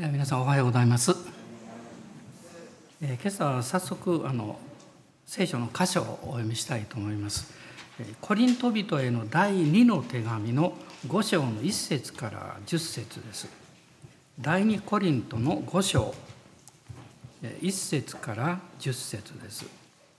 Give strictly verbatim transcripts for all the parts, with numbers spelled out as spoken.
えー皆さんおはようございます。えー今朝は早速あの聖書の箇所をお読みしたいと思います。えーコリント人への第二の手紙のご章の一節から十節です。第二コリントのご章、えー一節から十節です。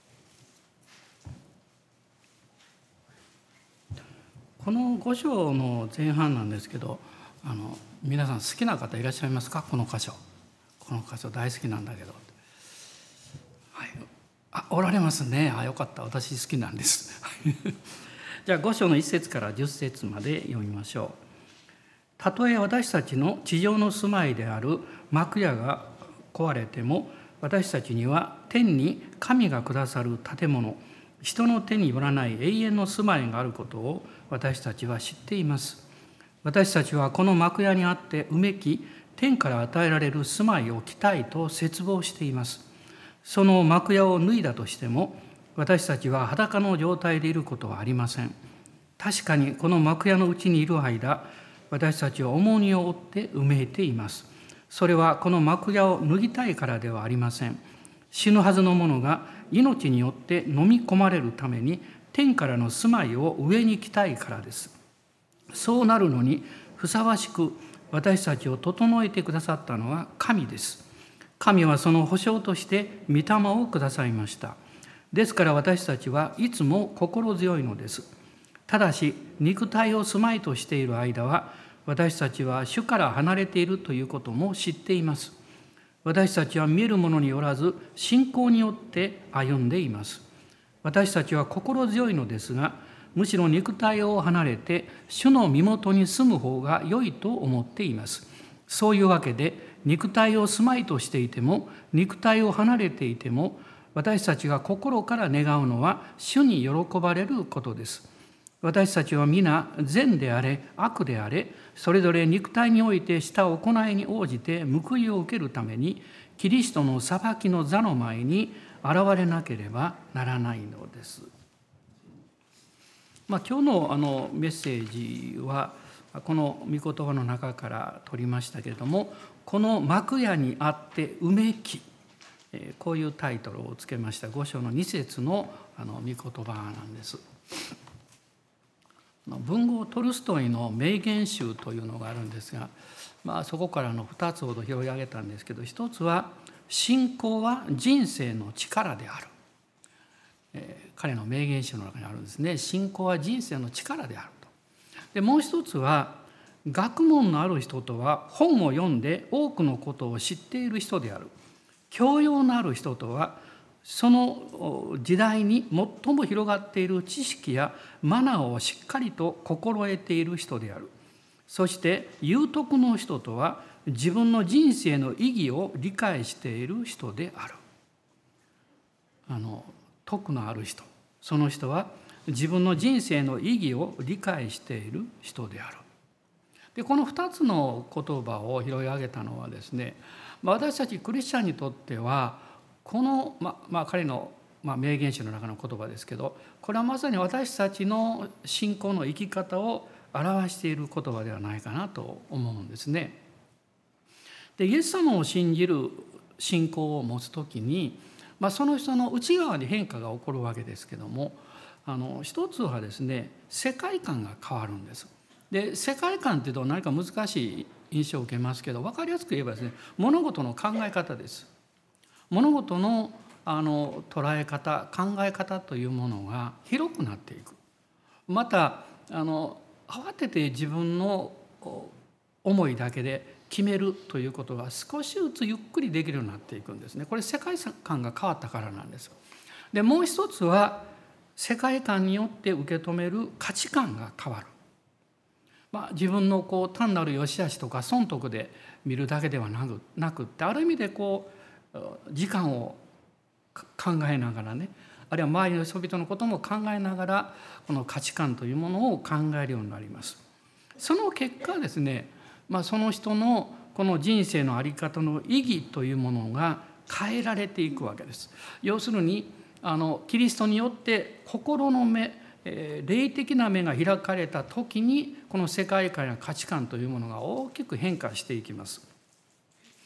このご章の前半なんですけど、あの皆さん好きな方いらっしゃいますか？この箇所この箇所大好きなんだけど、はい、あおられますね。あよかった、私好きなんですじゃあご章の一節から十節まで読みましょう。たとえ私たちの地上の住まいである幕屋が壊れても、私たちには天に神がくださる建物、人の手によらない永遠の住まいがあることを私たちは知っています。私たちはこの幕屋にあってうめき、天から与えられる住まいを着たいと切望しています。その幕屋を脱いだとしても、私たちは裸の状態でいることはありません。確かにこの幕屋のうちにいる間、私たちは重荷を負ってうめいています。それはこの幕屋を脱ぎたいからではありません。死ぬはずの者が命によって飲み込まれるために天からの住まいを上に着たいからです。そうなるのにふさわしく私たちを整えてくださったのは神です。神はその保証として御霊をくださいました。ですから私たちはいつも心強いのです。ただし肉体を住まいとしている間は、私たちは主から離れているということも知っています。私たちは見えるものによらず信仰によって歩んでいます。私たちは心強いのですが、むしろ肉体を離れて主の身元に住む方が良いと思っています。そういうわけで、肉体を住まいとしていても肉体を離れていても、私たちが心から願うのは主に喜ばれることです。私たちは皆善であれ悪であれ、それぞれ肉体においてした行いに応じて報いを受けるために、キリストの裁きの座の前に現れなければならないのです。まあ、今日のあのメッセージはこの御言葉の中から取りましたけれども、この幕屋にあってうめき、こういうタイトルをつけましたご章のに節のあの御言葉なんです。文豪トルストイの名言集というのがあるんですが、まあ、そこからのふたつほど拾い上げたんですけど、一つは信仰は人生の力である、えー、彼の名言集の中にあるんですね。信仰は人生の力であると。でもう一つは、学問のある人とは本を読んで多くのことを知っている人である。教養のある人とはその時代に最も広がっている知識やマナーをしっかりと心得ている人である。そして有徳の人とは自分の人生の意義を理解している人である。あの徳のある人、その人は自分の人生の意義を理解している人である。でこのふたつの言葉を拾い上げたのはですね、私たちクリスチャンにとってはこの、ままあ、彼の、まあ、名言集の中の言葉ですけど、これはまさに私たちの信仰の生き方を表している言葉ではないかなと思うんですね。でイエス様を信じる信仰を持つときに、まあ、その人の内側に変化が起こるわけですけども、あの一つはですね、世界観が変わるんです。で世界観っていうと何か難しい印象を受けますけど、分かりやすく言えばですね、物事の考え方です。物事のあの捉え方、考え方というものが広くなっていく。またあの慌てて自分の思いだけで決めるということが少しずつゆっくりできるようになっていくんですね。これ世界観が変わったからなんです。でもう一つは、世界観によって受け止める価値観が変わる。まあ、自分のこう単なる良し悪しとか損得で見るだけではなくなくって、ある意味でこう時間を考えながらね、あるいは周りの人々のことも考えながら、この価値観というものを考えるようになります。その結果ですね、まあ、その人のこの人生の在り方の意義というものが変えられていくわけです。要するにあのキリストによって心の目、霊的な目が開かれた時に、この世界観や価値観というものが大きく変化していきます。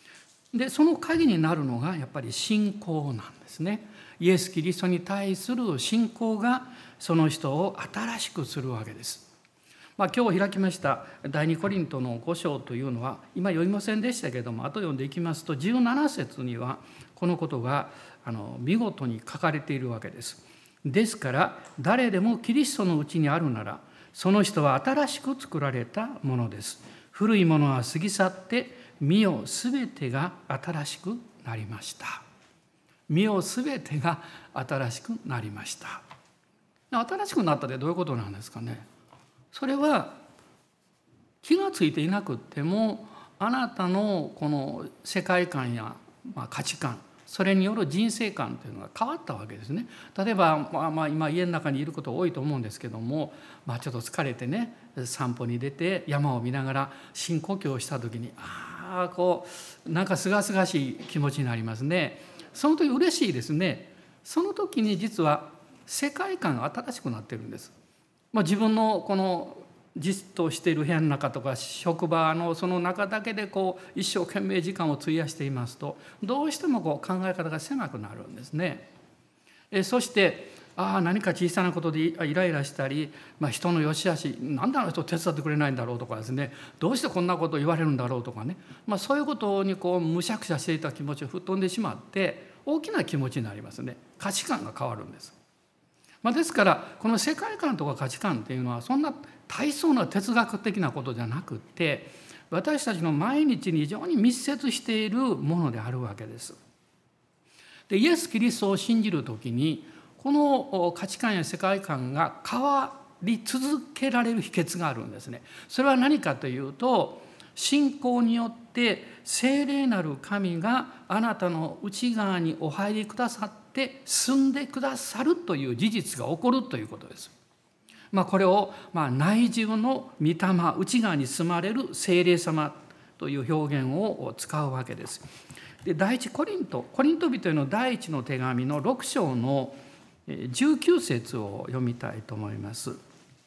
でその鍵になるのがやっぱり信仰なんですね。イエス・キリストに対する信仰がその人を新しくするわけです。まあ、今日開きました第二コリントのご章というのは今読みませんでしたけれども、後読んでいきますとじゅうなな節にはこのことがあの見事に書かれているわけです。ですから誰でもキリストのうちにあるなら、その人は新しく作られたものです。古いものは過ぎ去って見よすべてが新しくなりました。見よすべてが新しくなりました。新しくなったってどういうことなんですかね。それは気がついていなくってもあなたのこの世界観や価値観、それによる人生観というのが変わったわけですね。例えば、まあ、まあ今家の中にいること多いと思うんですけども、まあ、ちょっと疲れてね散歩に出て山を見ながら深呼吸をした時にああこうなんかすがすがしい気持ちになりますね。その時嬉しいですね。その時に実は世界観が新しくなってるんです。まあ、自分のこのじっとしている部屋の中とか職場のその中だけでこう一生懸命時間を費やしていますと、どうしてもこう考え方が狭くなるんですね。えそしてああ何か小さなことでイライラしたり、まあ、人の良し悪しなんであの人手伝ってくれないんだろうとかですね、どうしてこんなことを言われるんだろうとかね、まあ、そういうことにこうむしゃくしゃしていた気持ちを吹っ飛んでしまって大きな気持ちになりますね。価値観が変わるんです。まあ、ですからこの世界観とか価値観っていうのはそんな大層な哲学的なことじゃなくって私たちの毎日に非常に密接しているものであるわけです。でイエス・キリストを信じるときにこの価値観や世界観が変わり続けられる秘訣があるんですね。それは何かというと、信仰によって聖霊なる神があなたの内側にお入りくださって住んでくださるという事実が起こるということです。まあ、これをまあ内住の御霊、内側に住まれる聖霊様という表現を使うわけです。で第一コリント、コリント人への第一の手紙のろく章のじゅうきゅう節を読みたいと思います。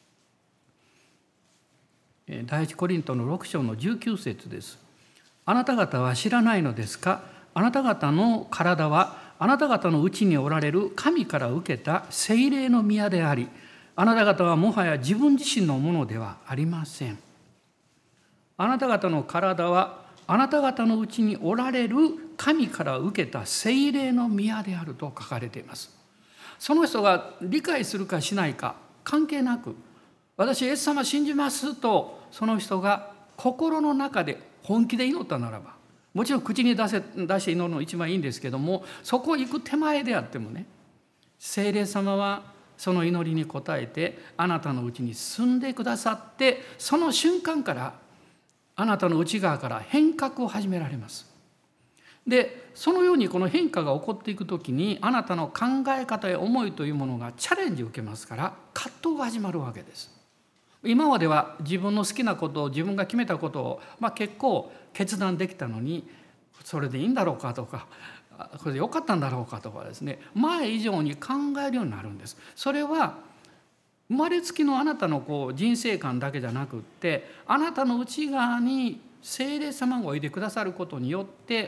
第一コリントのろく章のじゅうきゅう節です。あなた方は知らないのですか。あなた方の体はあなた方のうちにおられる神から受けた聖霊の宮であり、あなた方はもはや自分自身のものではありません。あなた方の体はあなた方のうちにおられる神から受けた聖霊の宮であると書かれています。その人が理解するかしないか関係なく、私イエス様信じますとその人が心の中で本気で祈ったならば、もちろん口に出せ出して祈るのが一番いいんですけども、そこ行く手前であってもね、聖霊様はその祈りに応えてあなたのうちに住んでくださって、その瞬間からあなたの内側から変革を始められます。でそのようにこの変化が起こっていくときに、あなたの考え方や思いというものがチャレンジを受けますから、葛藤が始まるわけです。今までは自分の好きなことを自分が決めたことを、まあ、結構決断できたのに、それでいいんだろうかとか、これでよかったんだろうかとかですね、前以上に考えるようになるんです。それは生まれつきのあなたのこう人生観だけじゃなくって、あなたの内側に聖霊様がおいでくださることによって、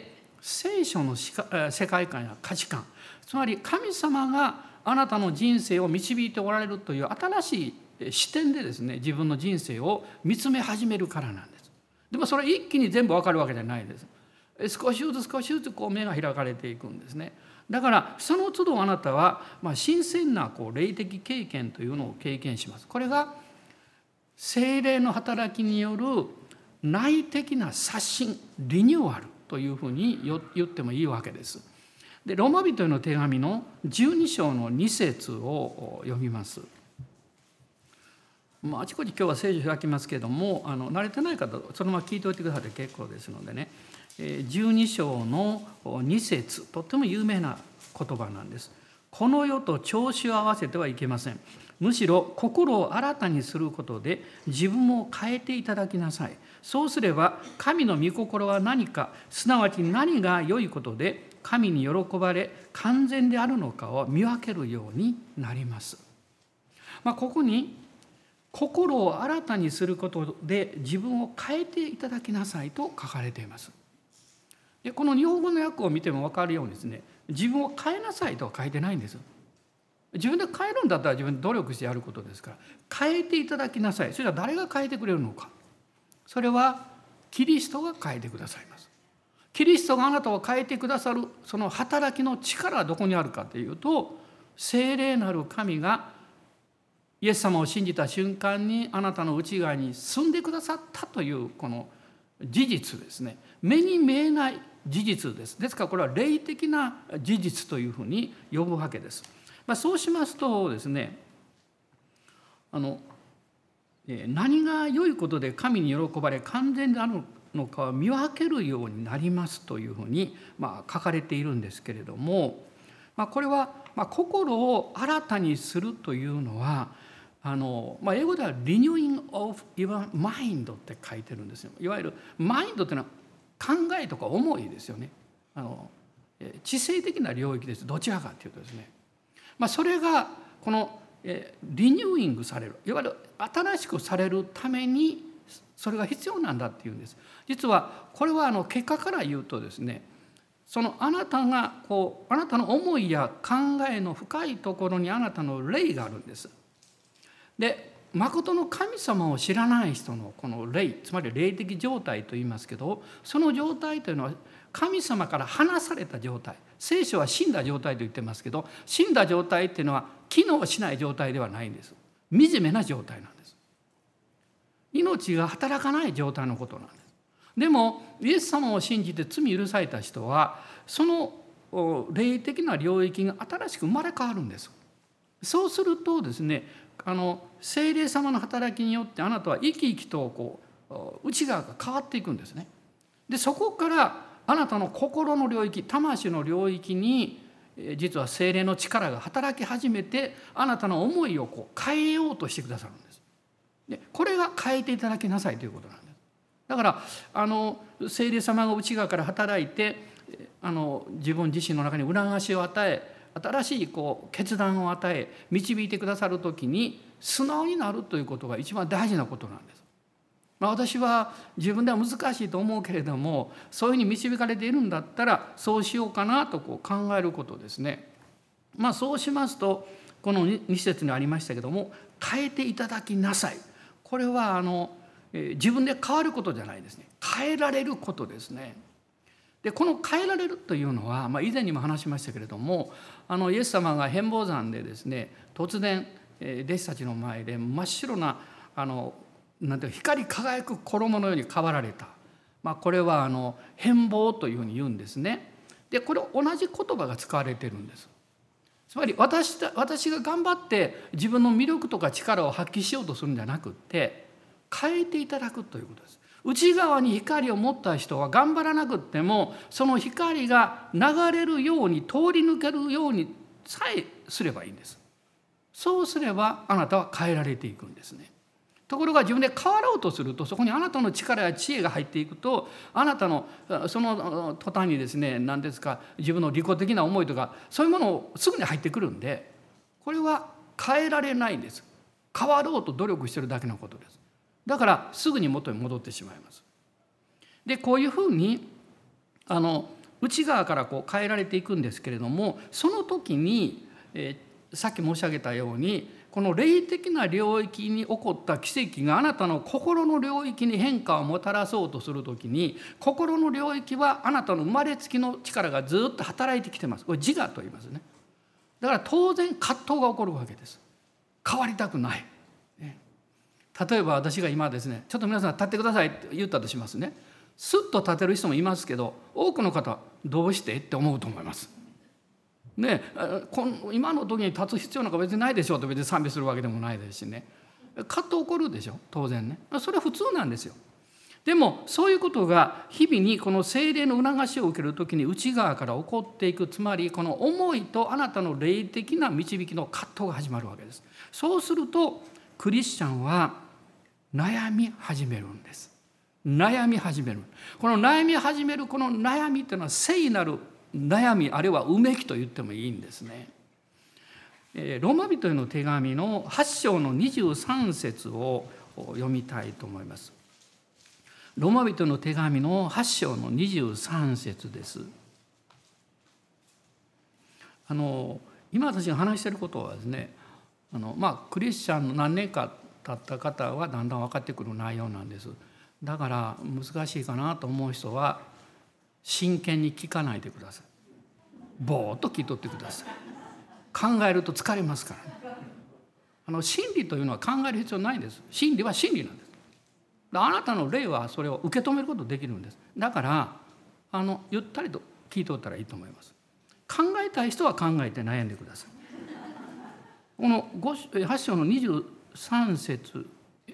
聖書の世界観や価値観、つまり神様があなたの人生を導いておられるという新しい視点でですね、自分の人生を見つめ始めるからなんです。でもそれ一気に全部わかるわけじゃないです。少しずつ少しずつこう目が開かれていくんですね。だからその都度あなたはまあ新鮮なこう霊的経験というのを経験します。これが聖霊の働きによる内的な刷新、リニューアルというふうに言ってもいいわけです。でローマ人への手紙のじゅうに章のに節を読みます。もうあちこち今日は聖書開きますけれども、あの慣れてない方そのまま聞いておいてくださって結構ですのでね、じゅうに章のに節、とっても有名な言葉なんです。この世と調子を合わせてはいけません。むしろ心を新たにすることで自分を変えていただきなさい。そうすれば神の御心は何か、すなわち何が良いことで神に喜ばれ完全であるのかを見分けるようになります。まあ、ここに心を新たにすることで自分を変えていただきなさいと書かれています。 でこの日本語の訳を見ても分かるようにですね、自分を変えなさいとは書いてないんです。自分で変えるんだったら自分で努力してやることですから、変えていただきなさい。それは誰が変えてくれるのか。それはキリストが変えてくださいます。キリストがあなたを変えてくださるその働きの力はどこにあるかというと、聖霊なる神がイエス様を信じた瞬間にあなたの内側に住んでくださったというこの事実ですね。目に見えない事実です。ですからこれは霊的な事実というふうに呼ぶわけです。まあ、そうしますとですね、あの何が良いことで神に喜ばれ完全であるのかを見分けるようになりますというふうにまあ書かれているんですけれども、まあ、これはまあ心を新たにするというのはあの、まあ、英語では Renewing of your mind って書いてるんですよ。いわゆるマインドというのは考えとか思いですよね。あの知性的な領域です。どちらかというとですね、まあ、それがこのリニューイングされる、いわゆる新しくされるためにそれが必要なんだっていうんです。実はこれはあの結果から言うとですね、そのあなたがこうあなたの思いや考えの深いところにあなたの霊があるんです。で、誠の神様を知らない人のこの霊、つまり霊的状態と言いますけど、その状態というのは神様から離された状態。聖書は死んだ状態と言ってますけど、死んだ状態っていうのは機能しない状態ではないんです。惨めな状態なんです。命が働かない状態のことなんです。でもイエス様を信じて罪許された人はその霊的な領域が新しく生まれ変わるんです。そうするとですね、あの聖霊様の働きによってあなたは生き生きとこう内側が変わっていくんですね。でそこからあなたの心の領域、魂の領域に実は聖霊の力が働き始めて、あなたの思いをこう変えようとしてくださるんです。でこれが変えていただきなさいということなんです。だからあの聖霊様が内側から働いて、あの自分自身の中に促しを与え、新しいこう決断を与え導いてくださるときに素直になるということが一番大事なことなんです。まあ、私は自分では難しいと思うけれども、そういうふうに導かれているんだったらそうしようかなとこう考えることですね。まあ、そうしますとこのに節にありましたけども、変えていただきなさい。これはあの自分で変わることじゃないですね。変えられることですね。でこの変えられるというのは、まあ、以前にも話しましたけれども、あのイエス様が変貌山でですね、突然弟子たちの前で真っ白なあのなんていう光り輝く衣のように変わられた、まあ、これはあの変貌というふうに言うんですね。でこれ同じ言葉が使われているんです。つまり 私, 私が頑張って自分の魅力とか力を発揮しようとするんじゃなくって、変えていただくということです。内側に光を持った人は頑張らなくってもその光が流れるように通り抜けるようにさえすればいいんです。そうすればあなたは変えられていくんですね。ところが自分で変わろうとすると、そこにあなたの力や知恵が入っていくと、あなたのその途端にですね、何ですか、自分の利己的な思いとかそういうものをすぐに入ってくるんで、これは変えられないんです。変わろうと努力してるだけのことです。だからすぐに元に戻ってしまいます。でこういうふうにあの内側からこう変えられていくんですけれども、その時に、えー、さっき申し上げたようにこの霊的な領域に起こった奇跡があなたの心の領域に変化をもたらそうとする時に、心の領域はあなたの生まれつきの力がずっと働いてきてます。これ自我と言いますね。だから当然葛藤が起こるわけです。変わりたくない。例えば私が今ですね、ちょっと皆さん立ってくださいって言ったとしますね。スッと立てる人もいますけど、多くの方はどうしてって思うと思います。ね、この今の時に立つ必要なんか別にないでしょうと別に賛美するわけでもないですしね。葛藤起こるでしょ、当然ね。それは普通なんですよ。でもそういうことが日々にこの聖霊の促しを受けるときに内側から起こっていく、つまりこの思いとあなたの霊的な導きの葛藤が始まるわけです。そうするとクリスチャンは悩み始めるんです。悩み始める。この悩み始めるこの悩みというのは聖なる悩み、あるいはうめきと言ってもいいんですね。ローマ人への手紙のはち章のにじゅうさん節を読みたいと思います。 ローマ人の手紙のはち章のにじゅうさん節です。あの今私が話していることはですね、あの、まあ、クリスチャンの何年か経った方はだんだん分かってくる内容なんです。だから難しいかなと思う人は真剣に聞かないでください。ぼーっと聞いとってください。考えると疲れますからね。あの真理というのは考える必要ないんです。真理は真理なんです。あなたの霊はそれを受け止めることができるんです。だからあのゆったりと聞いておったらいいと思います。考えたい人は考えて悩んでください。このはち章のにじゅうさん節、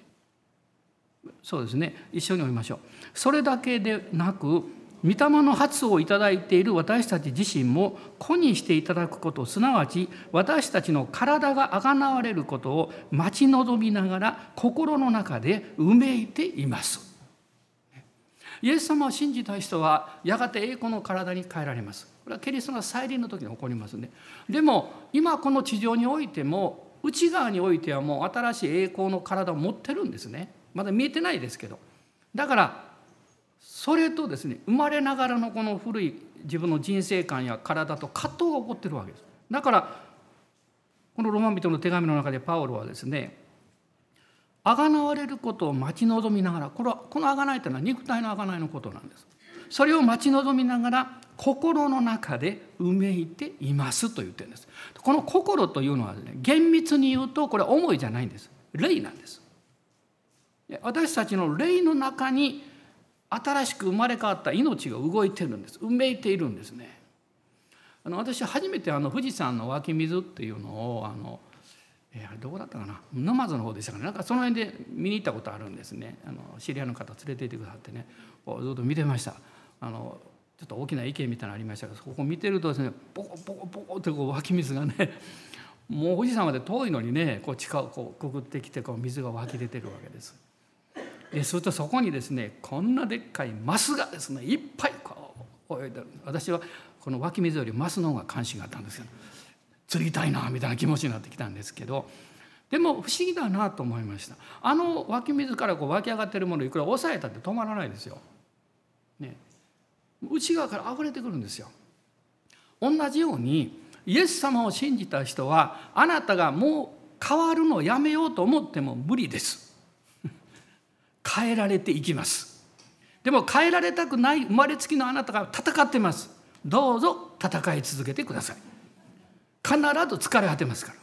そうですね、一緒に読みましょう。それだけでなく御霊の発をいただいている私たち自身も子にしていただくこと、すなわち私たちの体があがなわれることを待ち望みながら心の中でうめいています。イエス様を信じた人はやがて栄光の体に変えられます。これはキリストの再臨の時に起こりますね。でも今この地上においても内側においてはもう新しい栄光の体を持ってるんですね。まだ見えてないですけど、だからそれとですね、生まれながらのこの古い自分の人生観や体と葛藤が起こってるわけです。だからこのローマ人の手紙の中でパウロはですね、あがなわれることを待ち望みながら、これはこのあがないというのは肉体のあがないのことなんです。それを待ち望みながら心の中でうめいていますと言ってるんです。この心というのはですね、厳密に言うとこれは思いじゃないんです。霊なんです。私たちの霊の中に新しく生まれ変わった命が動いてるんです。うめいているんですね。あの私初めてあの富士山の湧き水っていうのをあのえー、どこだったかな、沼津の方でしたかね、なんかその辺で見に行ったことあるんですね。あの知り合いの方連れて行ってくださってね、ずっと見てました。あのちょっと大きな池みたいなのありましたけど、そこ見てるとですね、ポコポコポコってこう湧き水がね、もう富士山まで遠いのにね、こう地下をこうくぐってきてこう水が湧き出てるわけです。でするとそこにですね、こんなでっかいマスがですねいっぱいこう泳いでる。私はこの湧き水よりマスの方が関心があったんですけど、釣りたいなみたいな気持ちになってきたんですけど、でも不思議だなと思いました。あの湧き水からこう湧き上がってるものをいくら抑えたって止まらないですよ、ね、内側から溢れてくるんですよ。同じようにイエス様を信じた人は、あなたがもう変わるのをやめようと思っても無理です。変えられていきます。でも変えられたくない生まれつきのあなたが戦ってます。どうぞ戦い続けてください。必ず疲れ果てますから、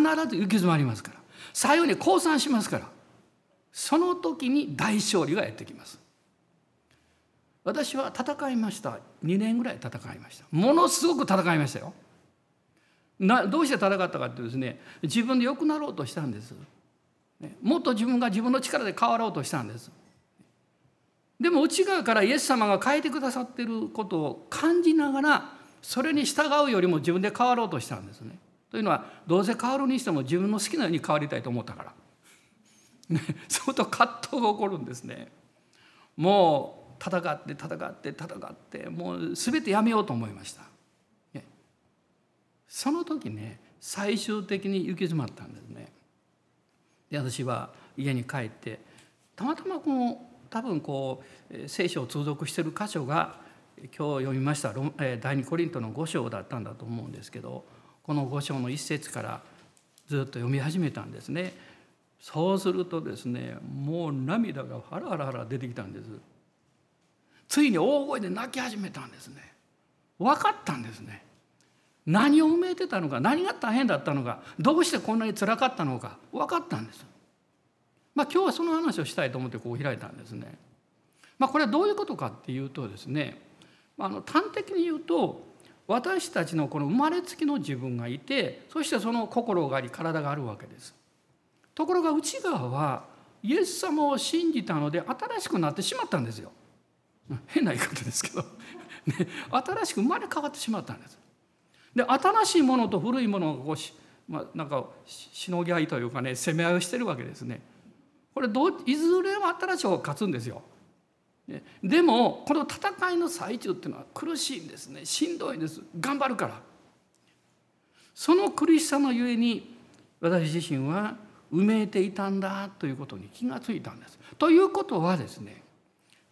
必ず行き詰まりますから、最後に降参しますから、その時に大勝利がやってきます。私は戦いました。にねんぐらい戦いました。ものすごく戦いましたよ。などうして戦ったかってですね、自分で良くなろうとしたんです。もっと自分が自分の力で変わろうとしたんです。でも内側からイエス様が変えてくださっていることを感じながら、それに従うよりも自分で変わろうとしたんですね。というのは、どうせ変わるにしても自分の好きなように変わりたいと思ったから、ね、相当葛藤が起こるんですね。もう戦って戦って戦ってもう全てやめようと思いました、ね、その時ね、最終的に行き詰まったんですね。で私は家に帰ってたまたまこの多分こう聖書を通読している箇所が今日読みました第二コリントのご章だったんだと思うんですけど、このご章の一節からずっと読み始めたんですね。そうするとですね、もう涙がハラハラハラ出てきたんです。ついに大声で泣き始めたんですね。分かったんですね。何を埋めてたのか、何が大変だったのか、どうしてこんなに辛かったのか分かったんです。まあ今日はその話をしたいと思ってこう開いたんですね。まあこれはどういうことかっていうとですね、あの端的に言うと、私たちのこの生まれつきの自分がいて、そしてその心があり体があるわけです。ところが内側はイエス様を信じたので新しくなってしまったんですよ。変な言い方ですけど、ね、新しく生まれ変わってしまったんです。で新しいものと古いものがこうし、まあ、なんかしのぎ合いというかね、攻め合いをしてるわけですね。これどういずれも新しい方が勝つんですよ。でもこの戦いの最中っていうのは苦しいんですね。しんどいんです。頑張るから。その苦しさのゆえに私自身はうめいていたんだということに気がついたんです。ということはですね、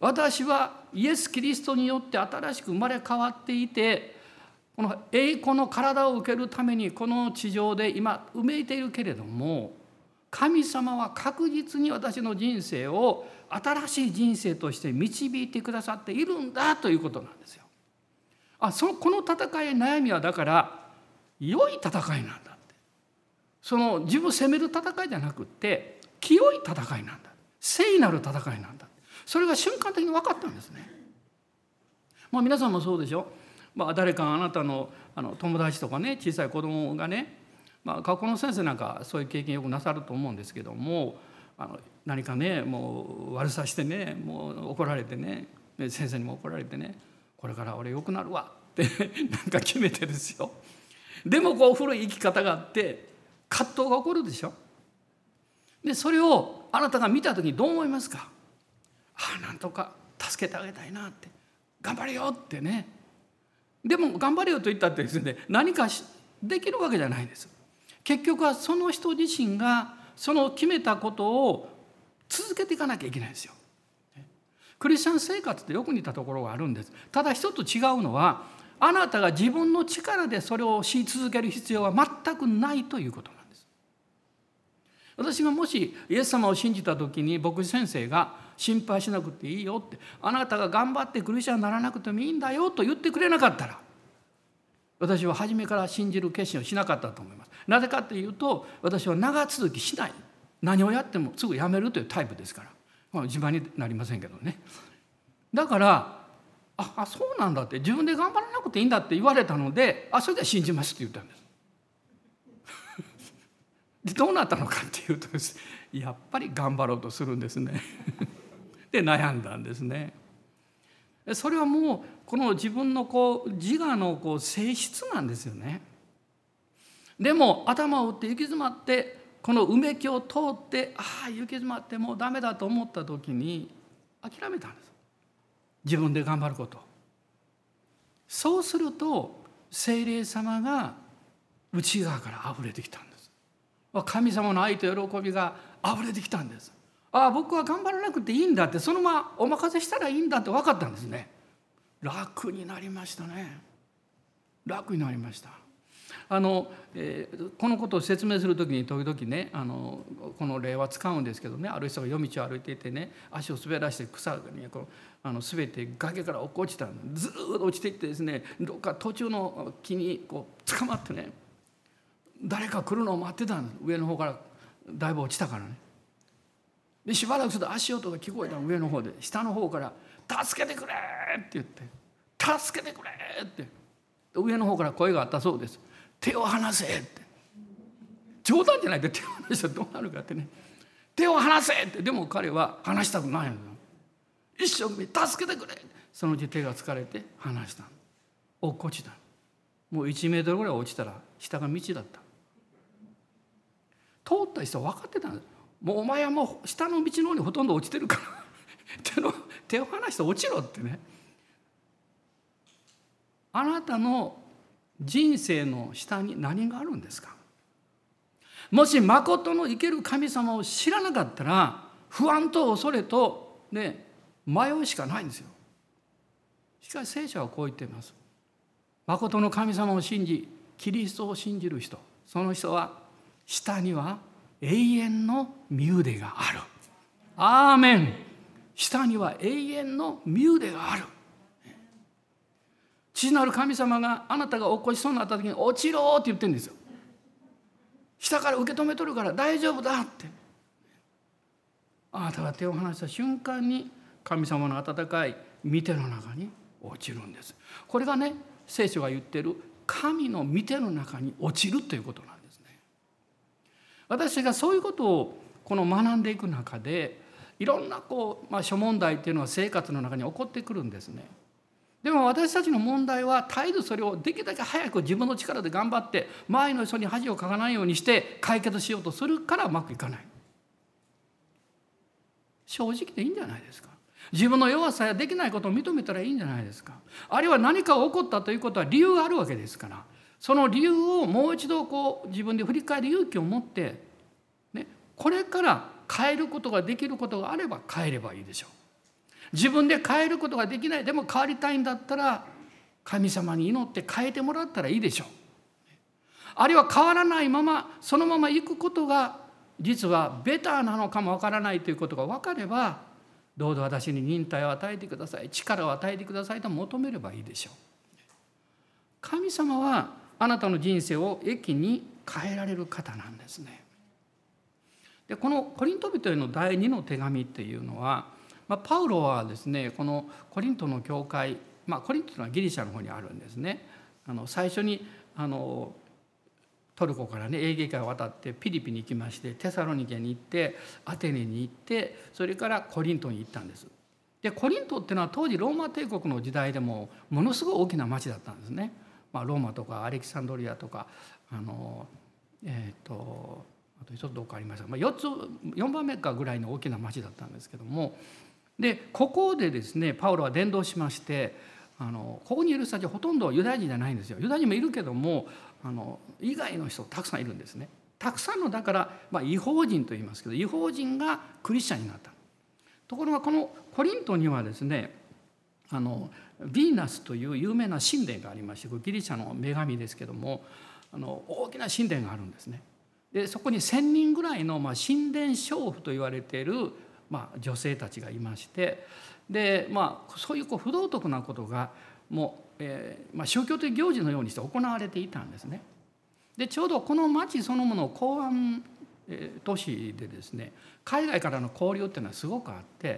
私はイエス・キリストによって新しく生まれ変わっていて、この栄光の体を受けるためにこの地上で今うめいているけれども、神様は確実に私の人生を新しい人生として導いてくださっているんだということなんですよ。あ、そのこの戦い悩みはだから良い戦いなんだって。その自分を責める戦いじゃなくって清い戦いなんだ、聖なる戦いなんだ、それが瞬間的に分かったんですね。まあ、皆さんもそうでしょ。まあ、誰かあなたの、あの友達とかね、小さい子供がね、まあ、学校の先生なんかそういう経験よくなさると思うんですけども、あの何かねもう悪さしてね、もう怒られてね、先生にも怒られてね、これから俺良くなるわってなんか決めてですよ。でもこう古い生き方があって葛藤が起こるでしょ。でそれをあなたが見た時にどう思いますか。ああ、なんとか助けてあげたいなって、頑張れよってね。でも頑張れよと言ったってですね、何かできるわけじゃないです。結局はその人自身がその決めたことを続けていかなきゃいけないんですよ。クリスチャン生活ってよく似たところがあるんです。ただ一つ違うのは、あなたが自分の力でそれをし続ける必要は全くないということなんです。私がもしイエス様を信じた時に牧師先生が心配しなくていいよって、あなたが頑張ってクリスチャンにならなくてもいいんだよと言ってくれなかったら、私は初めから信じる決心をしなかったと思います。なぜかというと、私は長続きしない、何をやってもすぐやめるというタイプですから、まあ、自慢になりませんけどね。だからああそうなんだって、自分で頑張らなくていいんだって言われたので、あそれで信じますって言ったんですでどうなったのかっていうとです、やっぱり頑張ろうとするんですねで悩んだんですね。それはもうこの自分のこう自我のこう性質なんですよね。でも頭を打って行き詰まって、このうめきを通って、ああ行き詰まってもうダメだと思った時に諦めたんです。自分で頑張ること。そうすると聖霊様が内側からあふれてきたんです。神様の愛と喜びがあふれてきたんです。ああ僕は頑張らなくていいんだって、そのままお任せしたらいいんだって分かったんですね。楽になりましたね。楽になりました。あの、えー、このことを説明するときに時々ね、あのこの例は使うんですけどね、ある人が夜道を歩いていてね、足を滑らして草にこうあの滑って崖から落っこちたの。ずーっと落ちていってですね、どっか途中の木にこう捕まってね、誰か来るのを待ってたんです。上の方からだいぶ落ちたからね。でしばらくすると足音が聞こえたの、上の方で。下の方から「助けてくれ!」って言って「助けてくれ!」って上の方から声があったそうです。手を離せって。冗談じゃないで、手を離したらどうなるかってね、手を離せって。でも彼は離したくないんです。一生懸命助けてくれ。そのうち手が疲れて離した。落っこちた。もういちメートルぐらい落ちたら下が道だった。通った人は分かってたんです。もうお前はもう下の道の方にほとんど落ちてるから手の手を離して落ちろってね。あなたの人生の下に何があるんですか。もし誠の生ける神様を知らなかったら、不安と恐れと、ね、迷うしかないんですよ。しかし聖書はこう言っています。誠の神様を信じ、キリストを信じる人、その人は下には永遠の身腕がある。アーメン。下には永遠の身腕がある。父なる神様があなたが落っこちそうになった時に落ちろって言ってるんですよ。下から受け止めとるから大丈夫だって。あなたが手を離した瞬間に神様の温かい御手の中に落ちるんです。これがね、聖書が言ってる神の御手の中に落ちるということなんですね。私がそういうことをこの学んでいく中で、いろんなこう、まあ、諸問題っていうのは生活の中に起こってくるんですね。でも私たちの問題は絶えずそれをできるだけ早く自分の力で頑張って周りの人に恥をかかないようにして解決しようとするからうまくいかない。正直でいいんじゃないですか。自分の弱さやできないことを認めたらいいんじゃないですか。あるいは何か起こったということは理由があるわけですから、その理由をもう一度こう自分で振り返る勇気を持って、ね、これから変えることができることがあれば変えればいいでしょう。 自分で変えることができない、でも変わりたいんだったら神様に祈って変えてもらったらいいでしょう。あるいは変わらないままそのまま行くことが実はベターなのかもわからないということが分かれば、どうぞ私に忍耐を与えてください、力を与えてくださいと求めればいいでしょう。神様はあなたの人生を益に変えられる方なんですね。でこのコリント人への第二の手紙っていうのは、まあ、パウロはですね、このコリントの教会、まあ、コリントというのはギリシャの方にあるんですね。あの最初にあのトルコからね、エーゲ海を渡ってピリピに行きまして、テサロニケに行ってアテネに行って、それからコリントに行ったんです。でコリントっていうのは当時ローマ帝国の時代でもものすごい大きな町だったんですね。まあ、ローマとかアレキサンドリアとかあのえっ、ー、とあと一つどうかありました、まあ、よっつよんばんめかぐらいの大きな町だったんですけども、でここでですねパウロは伝道しまして、あのここにいる人たちはほとんどユダヤ人じゃないんですよ。ユダヤ人もいるけども、あの以外の人たくさんいるんですね。たくさんのだから、まあ、異邦人と言いますけど、異邦人がクリスチャンになった。ところがこのコリントにはですね、あのヴィーナスという有名な神殿がありまして、ギリシャの女神ですけども、あの大きな神殿があるんですね。でそこにせんにんぐらいの、まあ、神殿娼婦と言われている、まあ、女性たちがいまして、で、まあ、そういうこう不道徳なことがもう、えーまあ、宗教的行事のようにして行われていたんですね。でちょうどこの町そのもの港湾都市でですね、海外からの交流っていうのはすごくあって、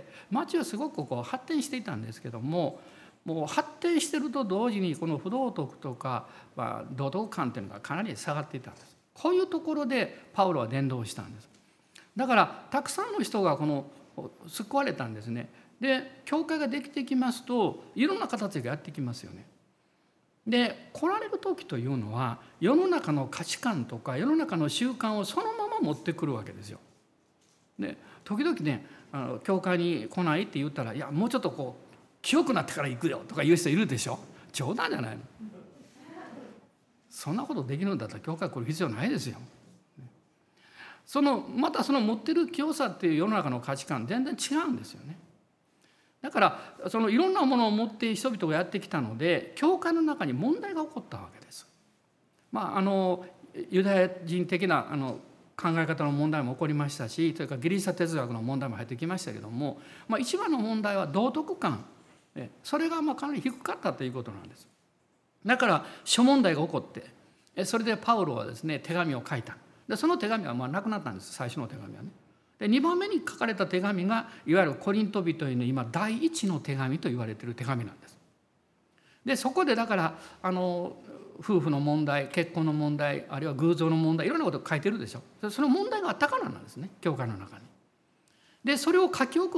町はすごくこう発展していたんですけども、もう発展してると同時にこの不道徳とか、まあ、道徳観っていうのがかなり下がっていたんです。こういうところでパウロは伝道したんです。だからたくさんの人がこの救われたんですね。で教会ができてきますといろんな形がやってきますよね。で来られる時というのは世の中の価値観とか世の中の習慣をそのまま持ってくるわけですよ。で時々ね、あの教会に来ないって言ったら、いやもうちょっとこう清くなってから行くよとか言う人いるでしょ。冗談じゃないの。そんなことできるんだったら教会来る必要ないですよ。そのまたその持ってる清さっていう世の中の価値観全然違うんですよね。だからそのいろんなものを持って人々がやってきたので、教会の中に問題が起こったわけです。まああのユダヤ人的なあの考え方の問題も起こりましたし、それからギリシャ哲学の問題も入ってきましたけども、まあ、一番の問題は道徳観、それがまあかなり低かったということなんです。だから諸問題が起こって、それでパウロはですね手紙を書いた。でその手紙はまあなくなったんです、最初の手紙はね。でにばんめに書かれた手紙がいわゆるコリント人への今第一の手紙と言われている手紙なんです。でそこでだからあの夫婦の問題、結婚の問題、あるいは偶像の問題、いろんなことを書いてるでしょ。その問題があったからなんですね、教会の中に。でそれを書き送って、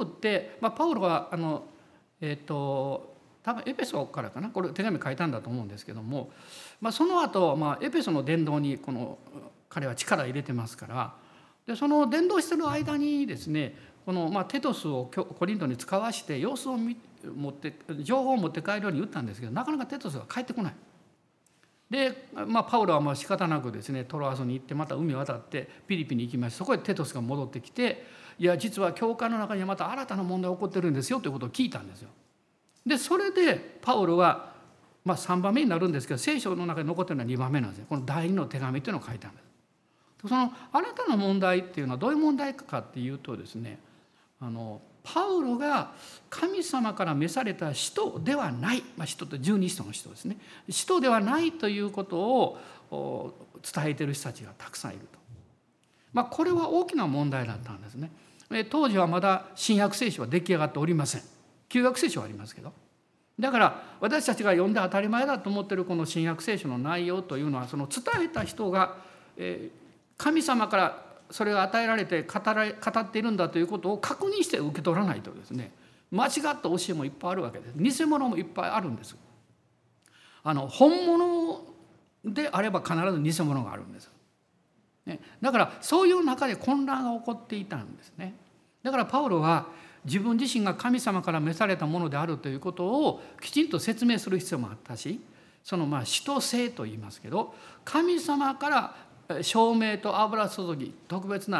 まあ、パウロはあのえっ、ー、と多分エペソからかな、これ手紙書いたんだと思うんですけども、まあ、その後、まあエペソの伝道にこの彼は力を入れてますから、でその伝道してる間にですね、この、まあ、テトスをコリントに使わして様子を持って情報を持って帰るように言ったんですけど、なかなかテトスが帰ってこない。で、まあ、パウロはまあ仕方なくですねトロアスに行って、また海を渡ってピリピに行きまして、そこでテトスが戻ってきて、いや実は教会の中にはまた新たな問題が起こってるんですよということを聞いたんですよ。でそれでパウロは、まあ、さんばんめになるんですけど、聖書の中に残っているのはにばんめなんですね。この第二の手紙というのを書いたんです。その新たな問題っていうのはどういう問題かっていうとですね、あのパウロが神様から召された使徒ではない、まあ、使徒って十二使徒の使徒ですね、使徒ではないということを伝えている人たちがたくさんいると、まあ、これは大きな問題だったんですね。当時はまだ新約聖書は出来上がっておりません。旧約聖書はありますけど、だから私たちが読んで当たり前だと思っているこの新約聖書の内容というのは、その伝えた人が神様からそれが与えられて語られ語っているんだということを確認して受け取らないとですね、間違った教えもいっぱいあるわけです。偽物もいっぱいあるんです。あの本物であれば必ず偽物があるんです、ね、だからそういう中で混乱が起こっていたんですね。だからパウロは自分自身が神様から召されたものであるということをきちんと説明する必要もあったし、そのまあ使徒性と言いますけど、神様から証明と油注ぎ、特別な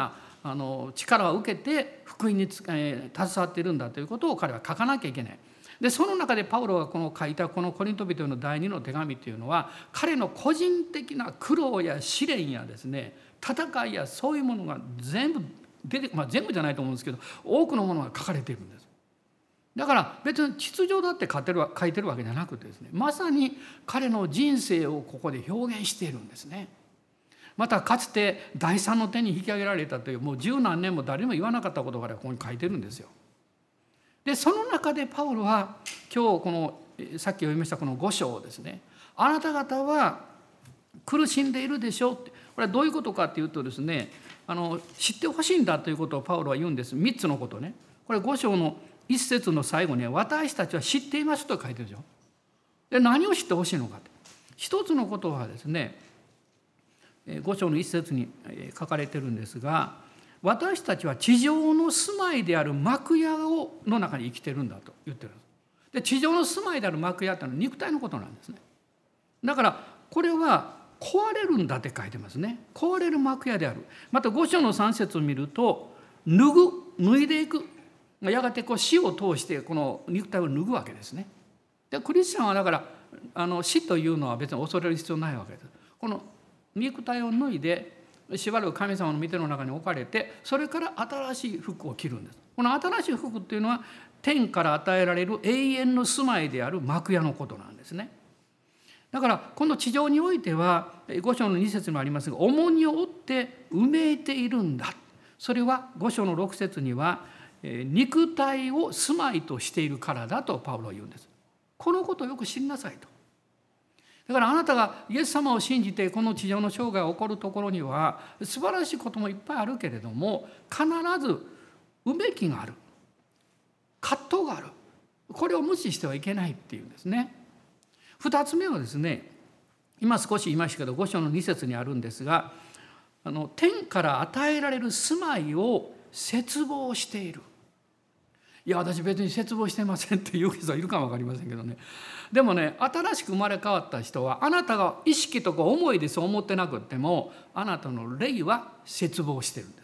あの力を受けて福音に、えー、携わっているんだということを彼は書かなきゃいけない。でその中でパウロがこの書いたこのコリント人への第二の手紙というのは、彼の個人的な苦労や試練やですね、戦いやそういうものが全部出て、まあ、全部じゃないと思うんですけど、多くのものが書かれているんです。だから別に秩序だって書いてる書いてるわけじゃなくてですね、まさに彼の人生をここで表現しているんですね。またかつて第三の手に引き上げられたという、もう十何年も誰も言わなかったことからここに書いてるんですよ。でその中でパウロは今日このさっき読みましたこのご章をですね、あなた方は苦しんでいるでしょうって、これはどういうことかっていうとですね、あの知ってほしいんだということをパウロは言うんです。みっつのことね。これご章の一節の最後に、私たちは知っていますと書いてるでしょ。で何を知ってほしいのかって、一つのことはですね、ご章の一節に書かれてるんですが、私たちは地上の住まいである幕屋をの中に生きてるんだと言ってるんです。で地上の住まいである幕屋ってのは肉体のことなんですね。だからこれは壊れるんだって書いてますね。壊れる幕屋である。またご章のさん節を見ると、脱ぐ脱いでいく、やがてこう死を通してこの肉体を脱ぐわけですね。でクリスチャンはだからあの死というのは別に恐れる必要ないわけです。この肉体を脱いでしばらく神様の御手の中に置かれて、それから新しい服を着るんです。この新しい服っていうのは天から与えられる永遠の住まいである幕屋のことなんですね。だからこの地上においてはご章のに節にもありますが、重荷を負ってうめいているんだ。それはご章のろく節には肉体を住まいとしているからだとパウロは言うんです。このことをよく知りなさいと。だからあなたがイエス様を信じてこの地上の生涯が起こるところには素晴らしいこともいっぱいあるけれども、必ずうめきがある、葛藤がある、これを無視してはいけないっていうんですね。二つ目はですね、今少し言いましたけどご章のに節にあるんですが、あの天から与えられる住まいを切望している。いや私別に切望してませんっていう人はいるかも分かりませんけどね。でもね、新しく生まれ変わった人は、あなたが意識とか思いでそう思ってなくっても、あなたの霊は切望してるんです。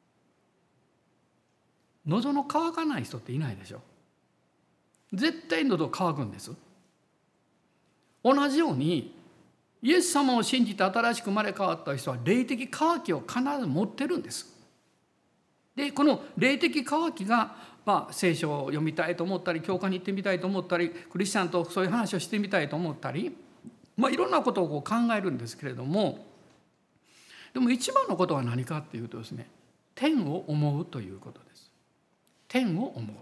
喉の渇かない人っていないでしょ。絶対喉乾くんです。同じようにイエス様を信じて新しく生まれ変わった人は霊的渇きを必ず持ってるんです。でこの霊的渇きが、まあ、聖書を読みたいと思ったり、教会に行ってみたいと思ったり、クリスチャンとそういう話をしてみたいと思ったり、まあ、いろんなことをこう考えるんですけれども、でも一番のことは何かっていうとですね、天を思うということです。天を思う。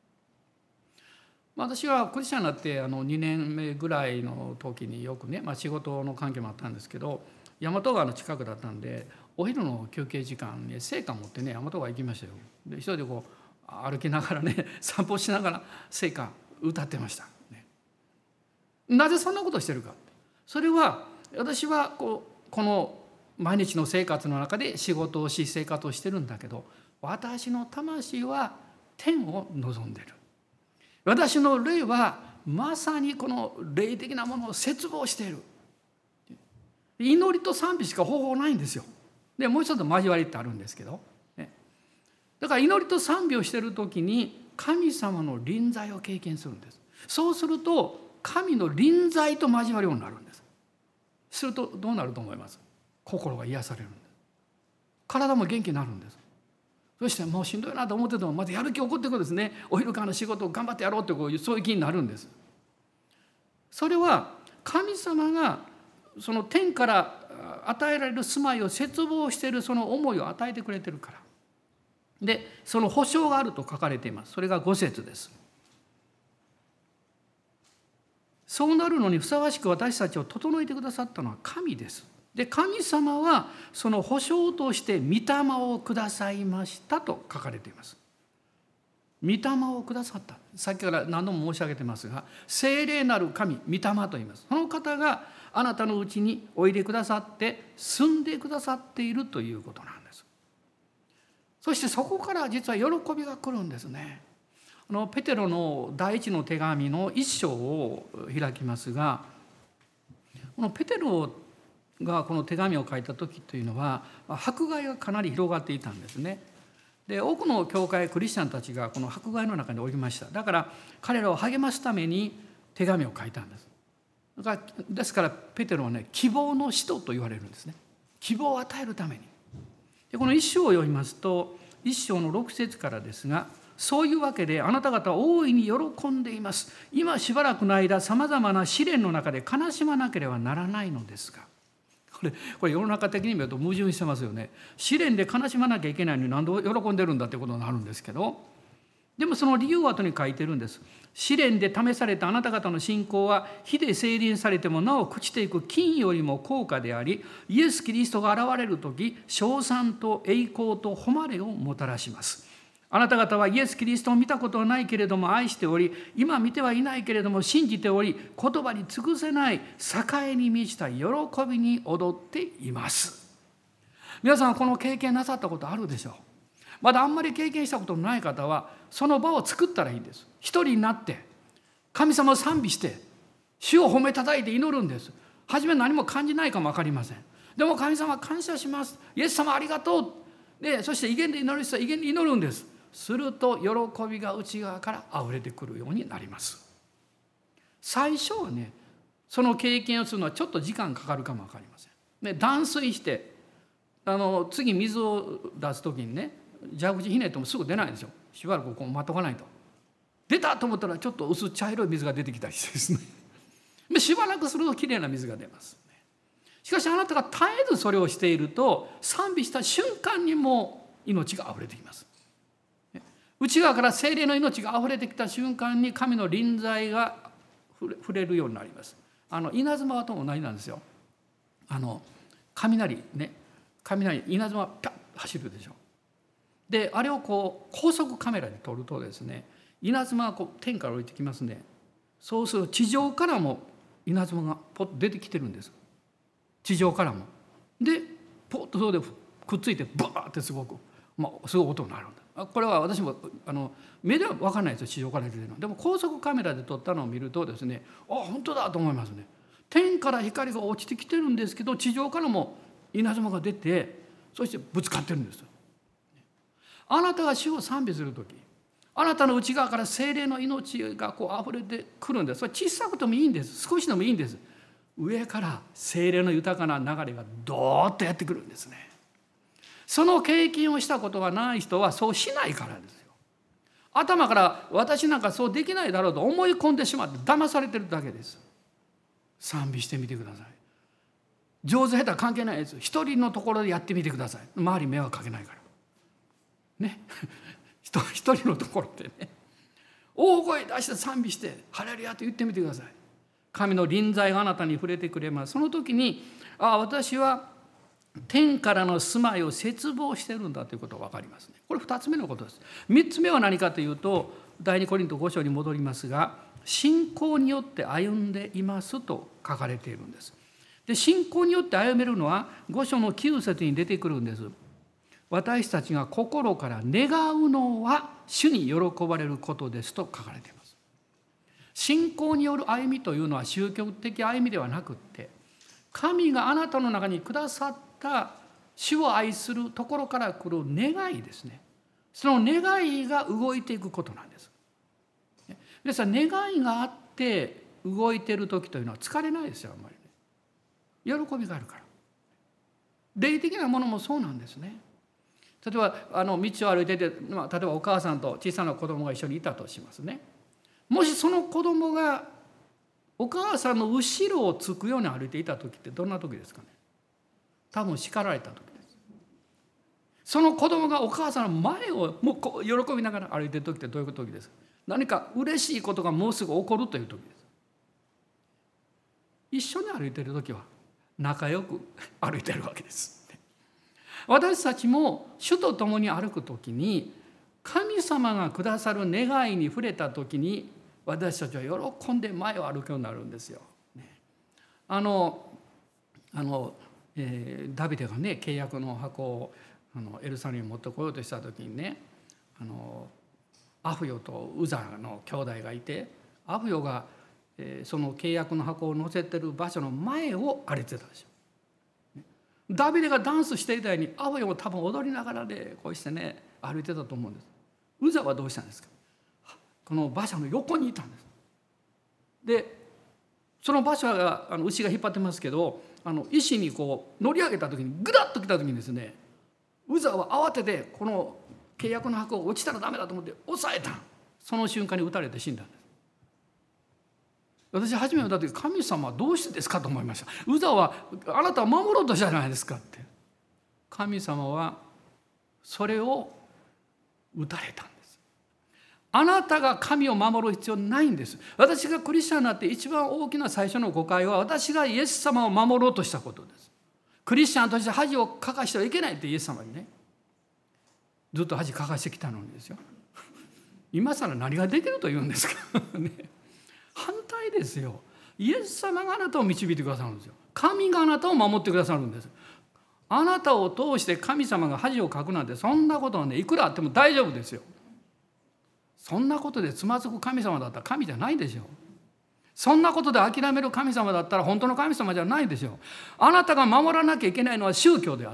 私はクリスチャンになってあのにねんめぐらいの時によくね、まあ、仕事の関係もあったんですけど、大和川の近くだったんで、お昼の休憩時間に聖歌持ってね大和川行きましたよ。で一人でこう歩きながらね散歩しながら聖歌歌ってました、ね、なぜそんなことをしてるか。それは私はこうこの毎日の生活の中で仕事をし生活をしてるんだけど、私の魂は天を望んでる。私の霊はまさにこの霊的なものを切望している。祈りと賛美しか方法ないんですよ。でもう一つ交わりってあるんですけど、ね、だから祈りと賛美をしている時に神様の臨在を経験するんです。そうすると神の臨在と交わるようになるんです。するとどうなると思います？心が癒されるんです。体も元気になるんです。そしてもうしんどいなと思っててもまたやる気起こってくるんですね。お昼からの仕事を頑張ってやろうってこういうそういう気になるんです。それは神様がその天から与えられる住まいを切望しているその思いを与えてくれてるから。でその保証があると書かれています。それがご節です。そうなるのにふさわしく私たちを整えてくださったのは神です。で神様はその保証として御霊をくださいましたと書かれています。御霊をくださった。さっきから何度も申し上げてますが、聖霊なる神、御霊と言います。その方があなたのうちにおいでくださって住んでくださっているということなんです。そしてそこから実は喜びが来るんですね。あのペテロの第一の手紙の一章を開きますが、このペテロがこの手紙を書いた時というのは迫害がかなり広がっていたんですね。で多くの教会クリスチャンたちがこの迫害の中におりました。だから彼らを励ますために手紙を書いたんです。だからですからペテロはね、希望の使徒と言われるんですね。希望を与えるために。でこの一章を読みますと、一章の六節からですが、そういうわけであなた方は大いに喜んでいます。今しばらくの間さまざまな試練の中で悲しまなければならないのですが、これこれ世の中的に見ると矛盾してますよね。試練で悲しまなきゃいけないのに何で喜んでるんだってことになるんですけど、でもその理由を後に書いてるんです。試練で試されたあなた方の信仰は火で精錬されてもなお朽ちていく金よりも高価であり、イエス・キリストが現れるとき称賛と栄光と誉れをもたらします。あなた方はイエス・キリストを見たことはないけれども愛しており、今見てはいないけれども信じており、言葉に尽くせない栄に満ちた喜びに踊っています。皆さんこの経験なさったことあるでしょう。まだあんまり経験したことのない方はその場を作ったらいいんです。一人になって神様を賛美して主を褒めたたいて祈るんです。初め何も感じないかも分かりません。でも神様感謝します、イエス様ありがとう。でそして威厳で祈る人は威厳で祈るんです。すると喜びが内側から溢れてくるようになります。最初はね、その経験をするのはちょっと時間かかるかも分かりません。で断水してあの次水を出す時にね、蛇口ひねってもすぐ出ないんですよ。しばらくこう待っとかないと。出たと思ったらちょっと薄茶色い水が出てきたりしてですねでしばらくするときれいな水が出ます。しかしあなたが絶えずそれをしていると、賛美した瞬間にも命があふれてきます。内側から聖霊の命があふれてきた瞬間に神の臨在が触れるようになります。あの稲妻と同じなんですよ。あの雷ね、雷稲妻ピャッ走るでしょ。であれをこう高速カメラで撮るとですね、稲妻がこう天から降りてきますね。そうすると地上からも稲妻がポッと出てきてるんです。地上からも。でポッとそれでくっついてバーってすごく、まあ、すごい音になるんだ。これは私もあの目では分かんないですよ、地上から出てるの。でも高速カメラで撮ったのを見るとですね、あ本当だと思いますね。天から光が落ちてきてるんですけど、地上からも稲妻が出て、そしてぶつかってるんですよ。あなたが主を賛美するとき、あなたの内側から聖霊の命がこう溢れてくるんです。それ小さくてもいいんです。少しでもいいんです。上から聖霊の豊かな流れがドーッとやってくるんですね。その経験をしたことがない人はそうしないからですよ。頭から私なんかそうできないだろうと思い込んでしまって騙されてるだけです。賛美してみてください。上手下手関係ないです。一人のところでやってみてください。周り迷惑かけないからね一人のところでね、大声出して賛美してハレルヤと言ってみてください。神の臨在があなたに触れてくれます。その時に、ああ私は天からの住まいを切望しているんだということが分かりますね。これふたつめのことです。みっつめは何かというと、第二コリントご章に戻りますが、信仰によって歩んでいますと書かれているんです。で信仰によって歩めるのはご章のきゅう節に出てくるんです。私たちが心から願うのは主に喜ばれることですと書かれています。信仰による歩みというのは宗教的歩みではなくって、神があなたの中にくださった主を愛するところから来る願いですね。その願いが動いていくことなんです。ですから願いがあって動いている時というのは疲れないですよ、あんまりね。喜びがあるから。霊的なものもそうなんですね。例えばあの道を歩いてて、まあ、例えばお母さんと小さな子供が一緒にいたとしますね。もしその子供がお母さんの後ろをつくように歩いていた時ってどんな時ですかね。多分叱られた時です。その子供がお母さんの前をもうこう喜びながら歩いている時ってどういう時ですか。何か嬉しいことがもうすぐ起こるという時です。一緒に歩いている時は仲良く歩いているわけです。私たちも主と共に歩くときに、神様がくださる願いに触れたときに、私たちは喜んで前を歩くようになるんですよ。あのあの、えー、ダビデがね契約の箱をあのエルサレムに持ってこようとしたときにね、あのアフヨとウザの兄弟がいて、アフヨが、えー、その契約の箱を載せてる場所の前を歩いてたんですよ。 ダビデがダンスしていたようにアブヨも多分踊りながらでこうしてね歩いてたと思うんです。ウザはどうしたんですか。この馬車の横にいたんです。でその馬車があの牛が引っ張ってますけど、あの石にこう乗り上げた時にグダッと来た時にですね、ウザは慌ててこの契約の箱を落ちたらダメだと思って押さえた。その瞬間に撃たれて死んだんです。私初めはだって神様はどうしてですかと思いました。ウザはあなたを守ろうとしたじゃないですかって。神様はそれを撃たれたんです。あなたが神を守る必要ないんです。私がクリスチャンになって一番大きな最初の誤解は、私がイエス様を守ろうとしたことです。クリスチャンとして恥をかかしてはいけないってイエス様にね、ずっと恥かかしてきたのにですよ。今更何ができると言うんですかね。反対ですよ。イエス様があなたを導いてくださるんですよ。神があなたを守ってくださるんです。あなたを通して神様が恥をかくなんて、そんなことはねいくらあっても大丈夫ですよ。そんなことでつまずく神様だったら神じゃないでしょう。そんなことで諦める神様だったら本当の神様じゃないでしょう。あなたが守らなきゃいけないのは宗教であって、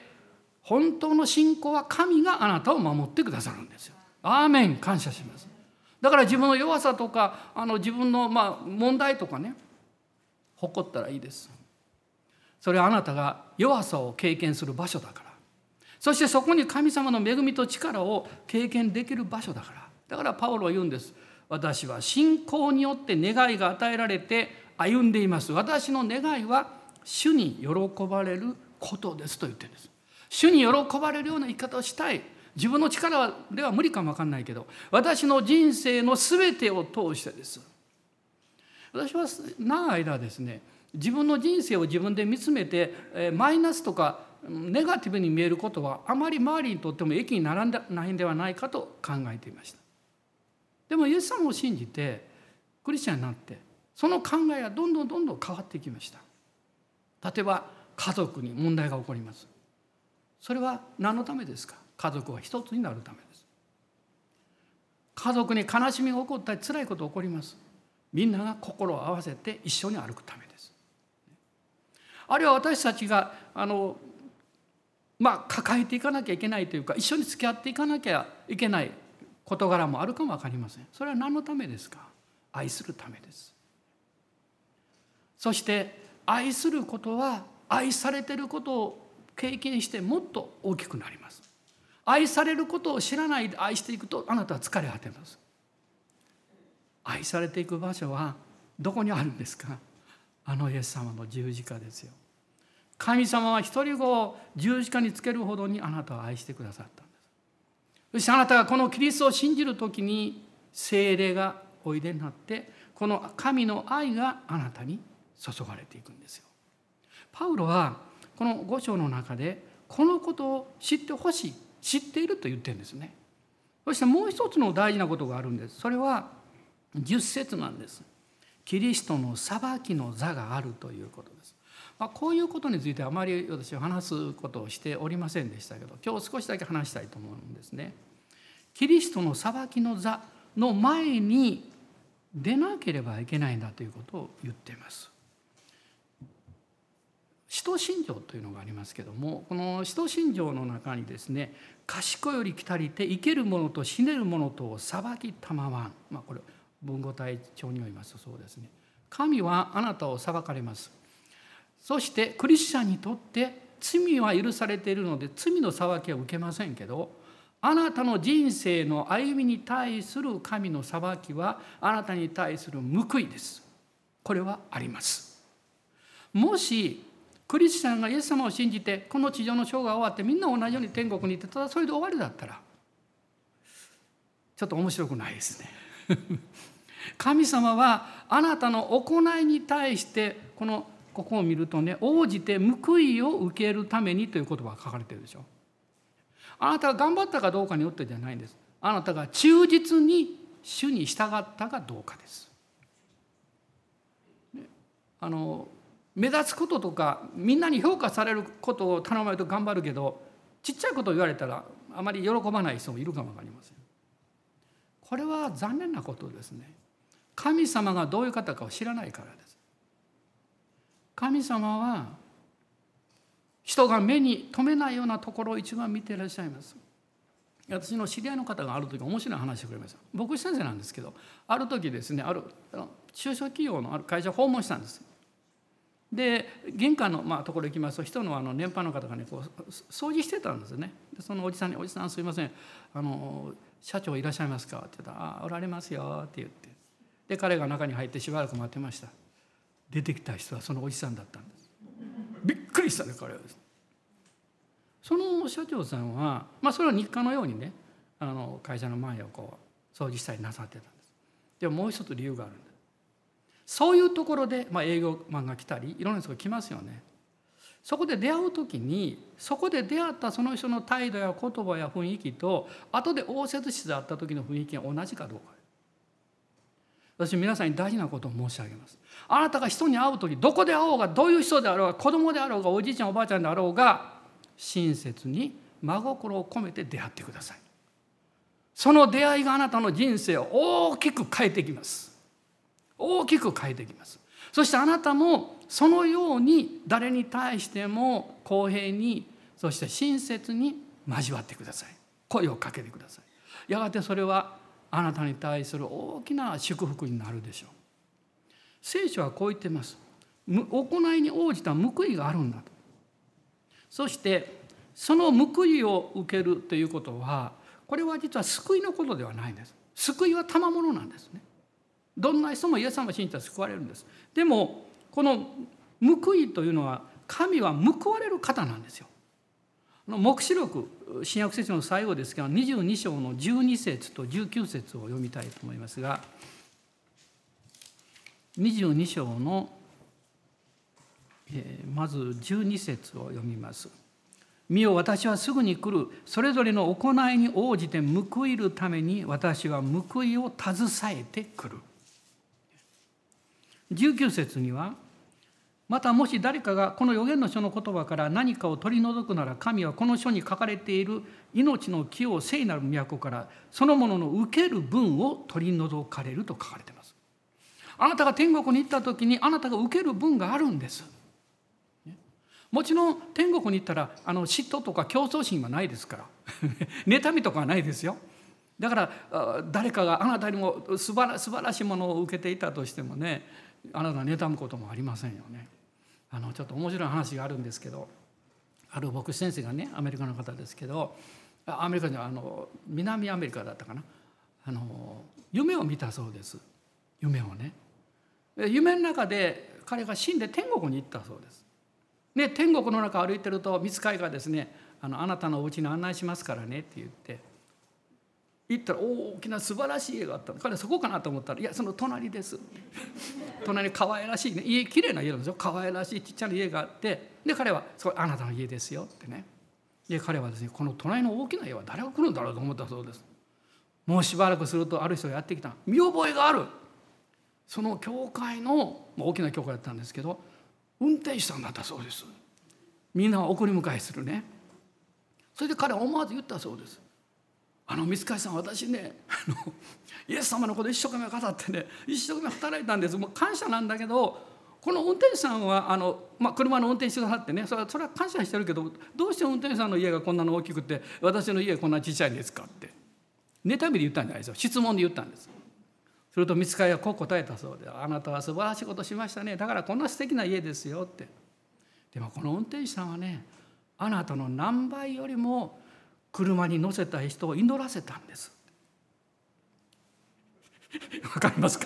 本当の信仰は神があなたを守ってくださるんですよ。アーメン、感謝します。だから自分の弱さとかあの自分のまあ問題とかね、誇ったらいいです。それはあなたが弱さを経験する場所だから。そしてそこに神様の恵みと力を経験できる場所だから。だからパウロは言うんです。私は信仰によって願いが与えられて歩んでいます。私の願いは主に喜ばれることですと言ってるんです。主に喜ばれるような生き方をしたい。自分の力では無理かも分かんないけど、私の人生の全てを通してです。私は長い間ですね、自分の人生を自分で見つめてマイナスとかネガティブに見えることはあまり周りにとっても益にならないんではないかと考えていました。でもイエス様を信じてクリスチャンになって、その考えがどんどんどんどん変わっていきました。例えば家族に問題が起こります。それは何のためですか。家族は一つになるためです。家族に悲しみが起こったり辛いことが起こります。みんなが心を合わせて一緒に歩くためです。あるいは私たちがあの、まあ、抱えていかなきゃいけないというか、一緒に付き合っていかなきゃいけない事柄もあるかも分かりません。それは何のためですか。愛するためです。そして愛することは愛されていることを経験してもっと大きくなります。愛されることを知らないで愛していくと、あなたは疲れ果てます。愛されていく場所はどこにあるんですか。あのイエス様の十字架ですよ。神様は一人子を十字架につけるほどにあなたを愛してくださったんです。そしてあなたがこのキリストを信じるときに聖霊がおいでになって、この神の愛があなたに注がれていくんですよ。パウロはこのご章の中でこのことを知ってほしい、知っていると言ってるんですね。そしてもう一つの大事なことがあるんです。それはじゅっ節なんです。キリストの裁きの座があるということです。まあ、こういうことについてはあまり私は話すことをしておりませんでしたけど、今日少しだけ話したいと思うんですね。キリストの裁きの座の前に出なければいけないんだということを言っています。使徒信条というのがありますけども、この使徒信条の中にですね、賢より来たりて生ける者と死ねる者とを裁きたまわん、まあ、これ文語体調に言いますとそうですね、神はあなたを裁かれます。そしてクリスチャンにとって罪は許されているので罪の裁きは受けませんけど、あなたの人生の歩みに対する神の裁きはあなたに対する報いです。これはあります。もしクリスチャンがイエス様を信じてこの地上の生涯が終わってみんな同じように天国に行ってただそれで終わりだったらちょっと面白くないですね。神様はあなたの行いに対してこのここを見るとね、応じて報いを受けるためにという言葉が書かれているでしょ。あなたが頑張ったかどうかによってじゃないんです。あなたが忠実に主に従ったかどうかです。あの目立つこととかみんなに評価されることを頼まれると頑張るけど、ちっちゃいことを言われたらあまり喜ばない人もいるかもわかりません。これは残念なことですね。神様がどういう方かを知らないからです。神様は人が目に留めないようなところを一番見ていらっしゃいます。私の知り合いの方がある時面白い話してくれました。牧師先生なんですけど、ある時ですね、ある中小企業のある会社を訪問したんです。で玄関のまあところ行きますと、人のあの年配の方がねこう掃除してたんですよね。でそのおじさんに「おじさんすいません、あの社長いらっしゃいますか?」って言ったら「あおられますよ」って言って、で彼が中に入ってしばらく待ってました。出てきた人はそのおじさんだったんです。びっくりしたね彼はです。その社長さんは、まあ、それは日課のようにね、あの会社の前をこう掃除したりなさってたんです。でももう一つ理由があるんです。そういうところで、まあ、営業マンが来たりいろんな人が来ますよね。そこで出会う時に、そこで出会ったその人の態度や言葉や雰囲気と後で応接室で会った時の雰囲気が同じかどうか。私皆さんに大事なことを申し上げます。あなたが人に会う時、どこで会おうが、どういう人であろうが、子供であろうが、おじいちゃんおばあちゃんであろうが、親切に真心を込めて出会ってください。その出会いがあなたの人生を大きく変えていきます。大きく変えていきます。そしてあなたもそのように誰に対しても公平に、そして親切に交わってください。声をかけてください。やがてそれはあなたに対する大きな祝福になるでしょう。聖書はこう言っています。行いに応じた報いがあるんだと。そしてその報いを受けるということは、これは実は救いのことではないんです。救いは賜物なんですね。どんな人もイエス様を信じたら救われるんです。でもこの報いというのは、神は報われる方なんですよ。黙示録、新約聖書の最後ですが、にじゅうに章のじゅうに節とじゅうきゅう節を読みたいと思いますが、にじゅうに章の、えー、まずじゅうに節を読みます。見よ、私はすぐに来る。それぞれの行いに応じて報いるために、私は報いを携えてくる。じゅうきゅう節には、またもし誰かがこの預言の書の言葉から何かを取り除くなら、神はこの書に書かれている命の木を聖なる都からそのものの受ける分を取り除かれると書かれています。あなたが天国に行った時に、あなたが受ける分があるんです。もちろん天国に行ったらあの嫉妬とか競争心はないですから妬みとかはないですよ。だから誰かがあなたにも素晴ら、素晴らしいものを受けていたとしてもね、あなたは妬むこともありませんよね。あのちょっと面白い話があるんですけど、ある牧師先生がね、アメリカの方ですけど、アメリカじゃあの南アメリカだったかな、あの夢を見たそうです。夢をね、夢の中で彼が死んで天国に行ったそうです。で天国の中を歩いてると、御使いがですね、あのあなたのお家に案内しますからねって言って行ったら、大きな素晴らしい家があったの。彼はそこかなと思ったら、いやその隣です隣に可愛らしい、ね、家、きれいな家なんですよ。可愛らしいちっちゃな家があって、で彼はそれあなたの家ですよってね。で彼はですね、この隣の大きな家は誰が来るんだろうと思ったそうです。もうしばらくすると、ある人がやってきた。見覚えがある。その教会の大きな教会だったんですけど、運転手さんだったそうです。みんなを送り迎えするね。それで彼は思わず言ったそうです。あの御使いさん、私ね、あのイエス様のこと一生懸命語ってね、一生懸命働いたんです。もう感謝なんだけど、この運転手さんはあの、まあ、車の運転してくださってね、それはそれは感謝してるけど、どうして運転手さんの家がこんなの大きくて、私の家がこんな小さいんですかって妬みで言ったんじゃないですよ。質問で言ったんです。すると御使いはこう答えたそうで、あなたは素晴らしいことしましたね。だからこんな素敵な家ですよって。でもこの運転手さんはね、あなたの何倍よりも車に乗せたい人を祈らせたんです。わかりますか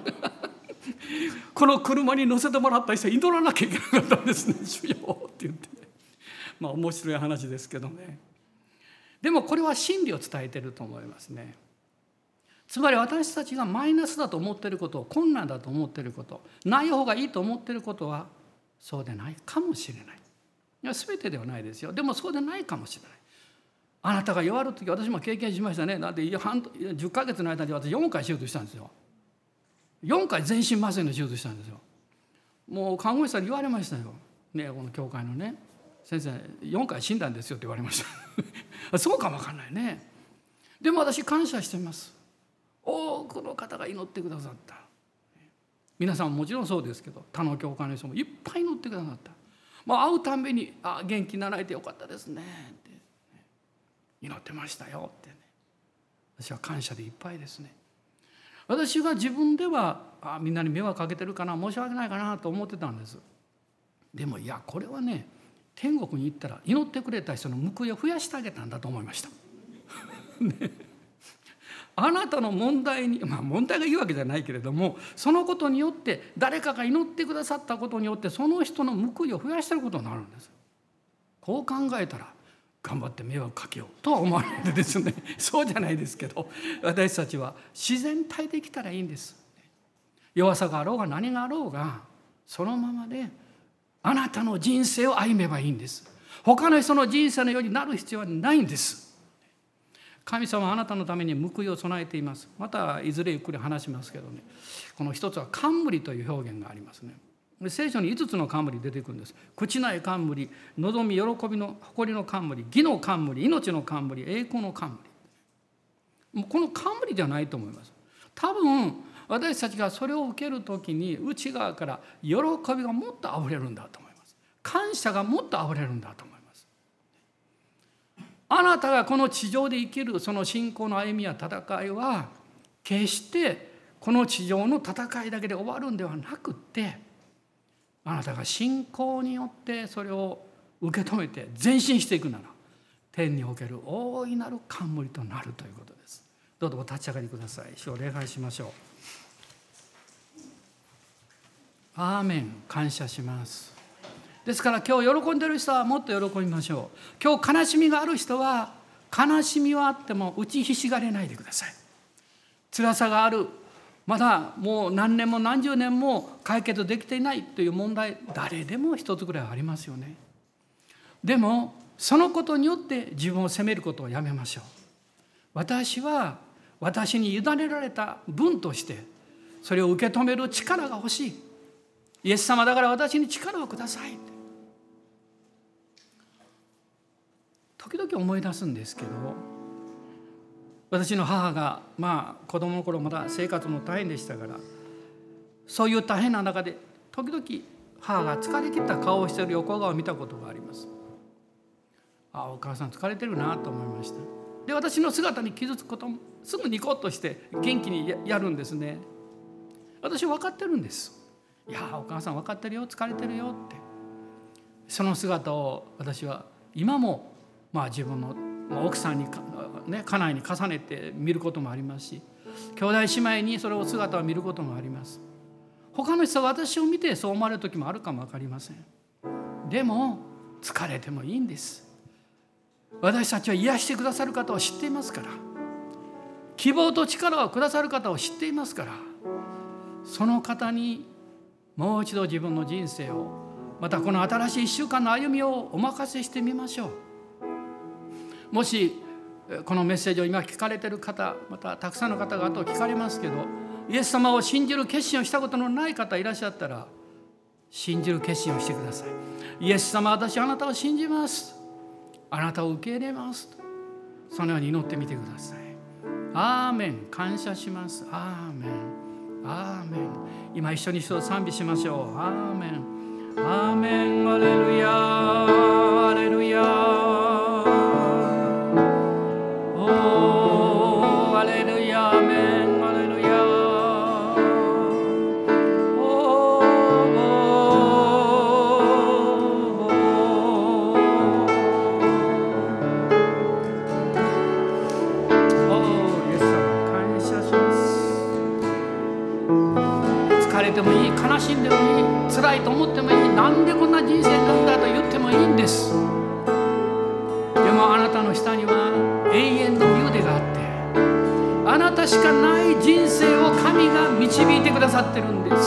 この車に乗せてもらった人は祈らなきゃいけなかったんですね。主よって言って、まあ面白い話ですけどね。でもこれは真理を伝えていると思いますね。つまり私たちがマイナスだと思っていること、困難だと思っていること、ない方がいいと思っていることはそうでないかもしれない。いや全てではないですよ。でもそうでないかもしれない。あなたが弱るとき、私も経験しましたね。だってじゅっかげつの間に私よんかい手術したんですよ。よんかい全身麻酔の手術したんですよ。もう看護師さんに言われましたよ。ね、この教会のね、先生よんかい死んだんですよって言われましたそうかもわかんないね。でも私感謝してます。多くの方が祈ってくださった。皆さんももちろんそうですけど、他の教会の人もいっぱい祈ってくださった。 もう会うたんびに「あ、元気になられてよかったですね」って「祈ってましたよ」ってね、私は感謝でいっぱいですね。私が自分ではあみんなに迷惑かけてるかな、申し訳ないかなと思ってたんです。でもいや、これはね、天国に行ったら祈ってくれた人の報いを増やしてあげたんだと思いました、ね、あなたの問題に、まあ問題がいいわけじゃないけれども、そのことによって誰かが祈ってくださったことによってその人の報いを増やしていることになるんです。こう考えたら頑張って迷惑かけようとは思わないでですね、そうじゃないですけど、私たちは自然体できたらいいんです。弱さがあろうが何があろうが、そのままであなたの人生を歩めばいいんです。他の人の人生のようになる必要はないんです。神様はあなたのために報いを備えています。またいずれゆっくり話しますけどね、この一つは冠という表現がありますね。聖書にいつつの冠出てくるんです。朽ちない冠、望み喜びの誇りの冠、義の冠、命の冠、栄光の冠。もうこの冠じゃないと思います。多分私たちがそれを受けるときに内側から喜びがもっとあふれるんだと思います。感謝がもっとあふれるんだと思います。あなたがこの地上で生きるその信仰の歩みや戦いは、決してこの地上の戦いだけで終わるんではなくって、あなたが信仰によってそれを受け止めて前進していくなら、天における大いなる冠となるということです。どうぞお立ち上がりください。主を礼拝しましょう。アーメン。感謝します。ですから今日喜んでいる人はもっと喜びましょう。今日悲しみがある人は、悲しみはあっても打ちひしがれないでください。辛さがある、まだもう何年も何十年も解決できていないという問題、誰でも一つぐらいありますよね。でもそのことによって自分を責めることをやめましょう。私は私に委ねられた分としてそれを受け止める力が欲しい。イエス様だから私に力をください。時々思い出すんですけど、私の母がまあ子供の頃まだ生活も大変でしたから、そういう大変な中で時々母が疲れ切った顔をしている横顔を見たことがあります。ああ、お母さん疲れてるなと思いました。で、私の姿に傷つくこともすぐニコッとして元気にやるんですね。私は分かってるんです。いや、お母さん分かってるよ、疲れてるよって。その姿を私は今もまあ自分の奥さんにね、家内に重ねて見ることもありますし、兄弟姉妹にそれを姿を見ることもあります。他の人は私を見てそう思われる時もあるかも分かりません。でも疲れてもいいんです。私たちは癒してくださる方を知っていますから、希望と力をくださる方を知っていますから、その方にもう一度自分の人生を、またこの新しいいっしゅうかんの歩みをお任せしてみましょう。もしこのメッセージを今聞かれている方、またたくさんの方が後を聞かれますけど、イエス様を信じる決心をしたことのない方いらっしゃったら、信じる決心をしてください。イエス様、私あなたを信じます、あなたを受け入れます、そのように祈ってみてください。アーメン。感謝します。アーメン、アーメン。今一緒に一度賛美しましょう。アーメン、アーメン、ハレルヤ、ハレルヤ、悲しんでもいい、辛いと思ってもいい、なんでこんな人生なんだと言ってもいいんです。でもあなたの下には永遠の身腕があって、あなたしかない人生を神が導いてくださってるんです。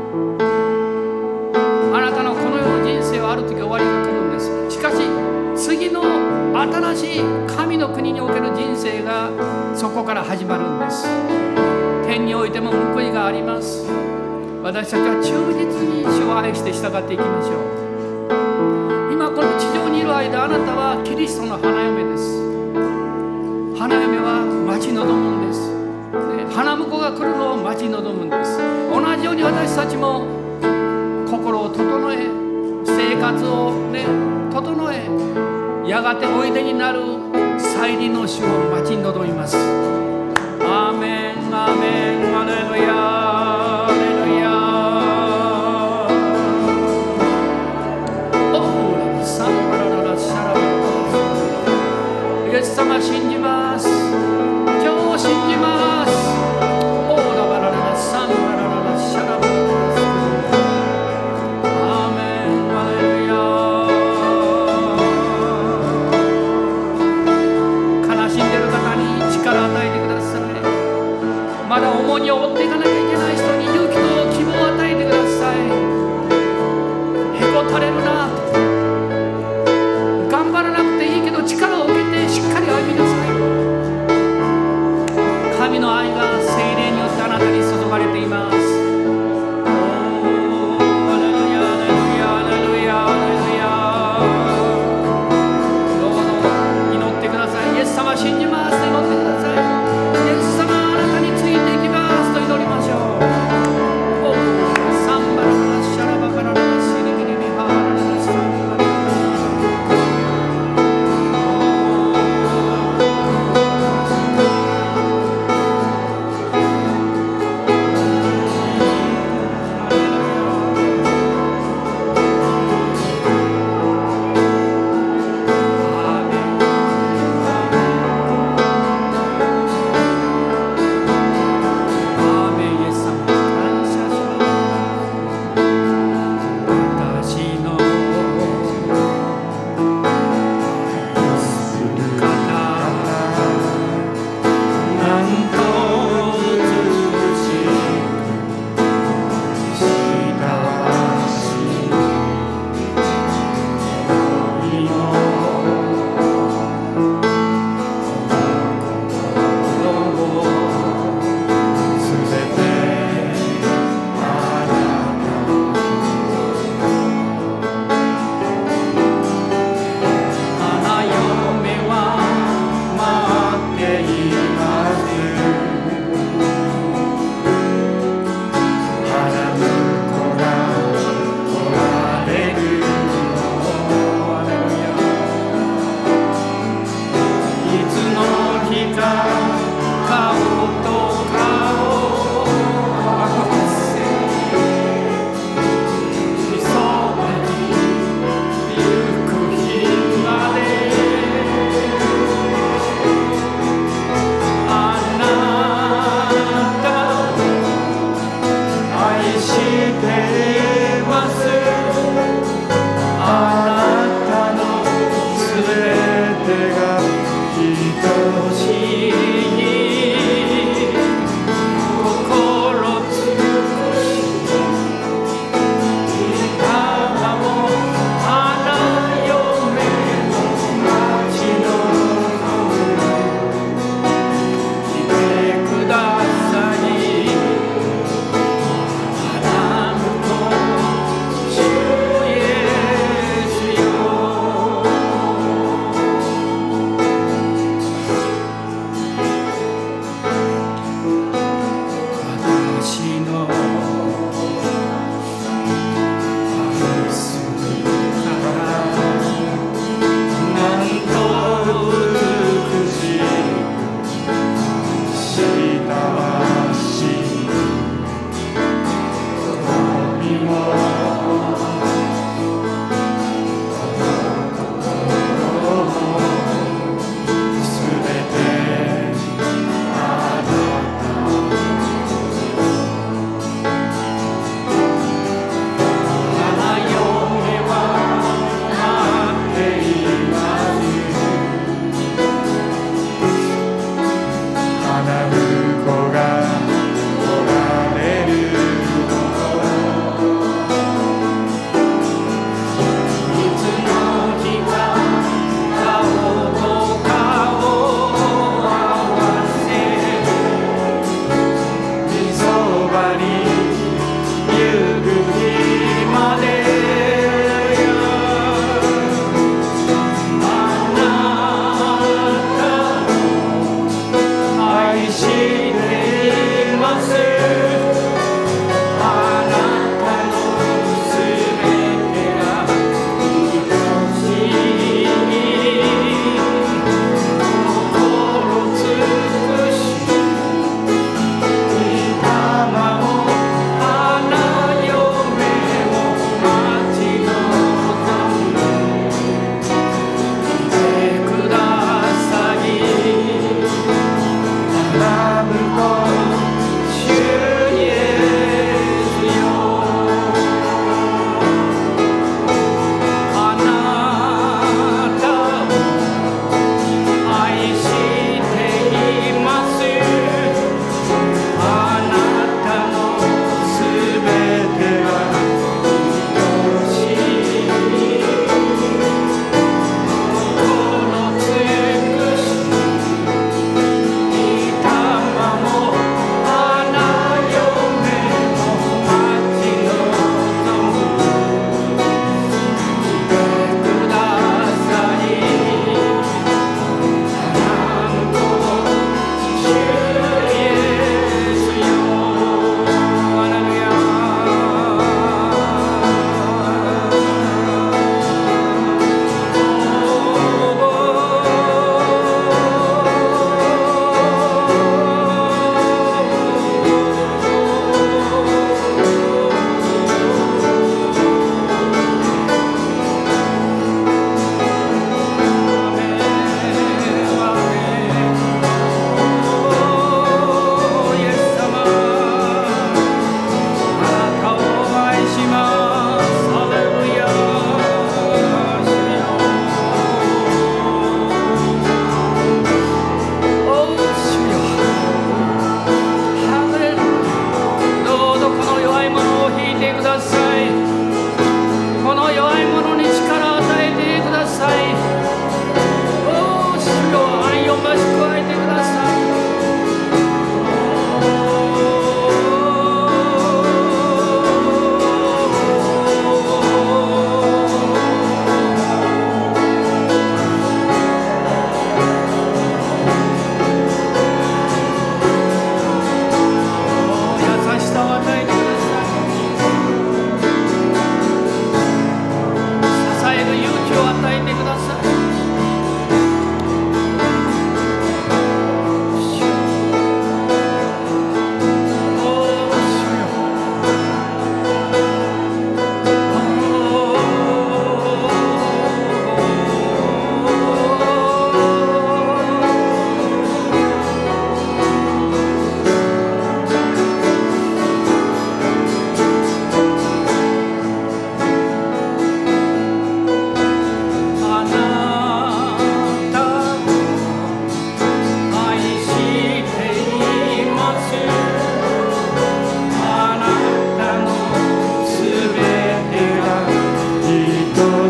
あなたのこの世の人生はある時終わりが来るんです。しかし次の新しい神の国における人生がそこから始まるんです。天においても報いがあります。私たちは忠実に主を愛して従っていきましょう。今この地上にいる間、あなたはキリストの花嫁です。花嫁は待ち望むんです。花婿が来るのを待ち望むんです。同じように私たちも心を整え、生生活をね整え、やがておいでになる再臨の主を待ち望みます。アーメンアーメンアレルヤアレルヤ。オーラムサンバラララシャラバラ。イエス様信じます。今日信じます。オーラバラララサンバラララシャラバラ。まだ重荷を負っていかなきゃいけない。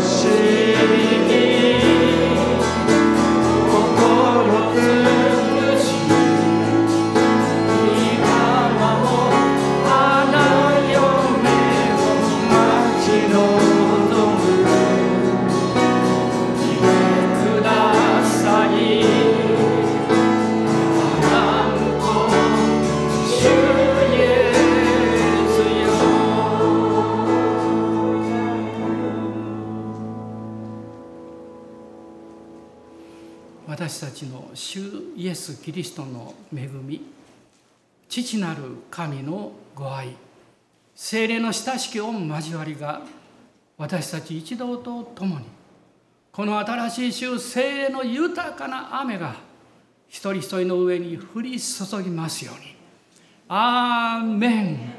私たちの主イエス・キリストの恵み、父なる神のご愛、聖霊の親しき御交わりが私たち一同と共に、この新しい週、聖霊の豊かな雨が一人一人の上に降り注ぎますように。アーメン。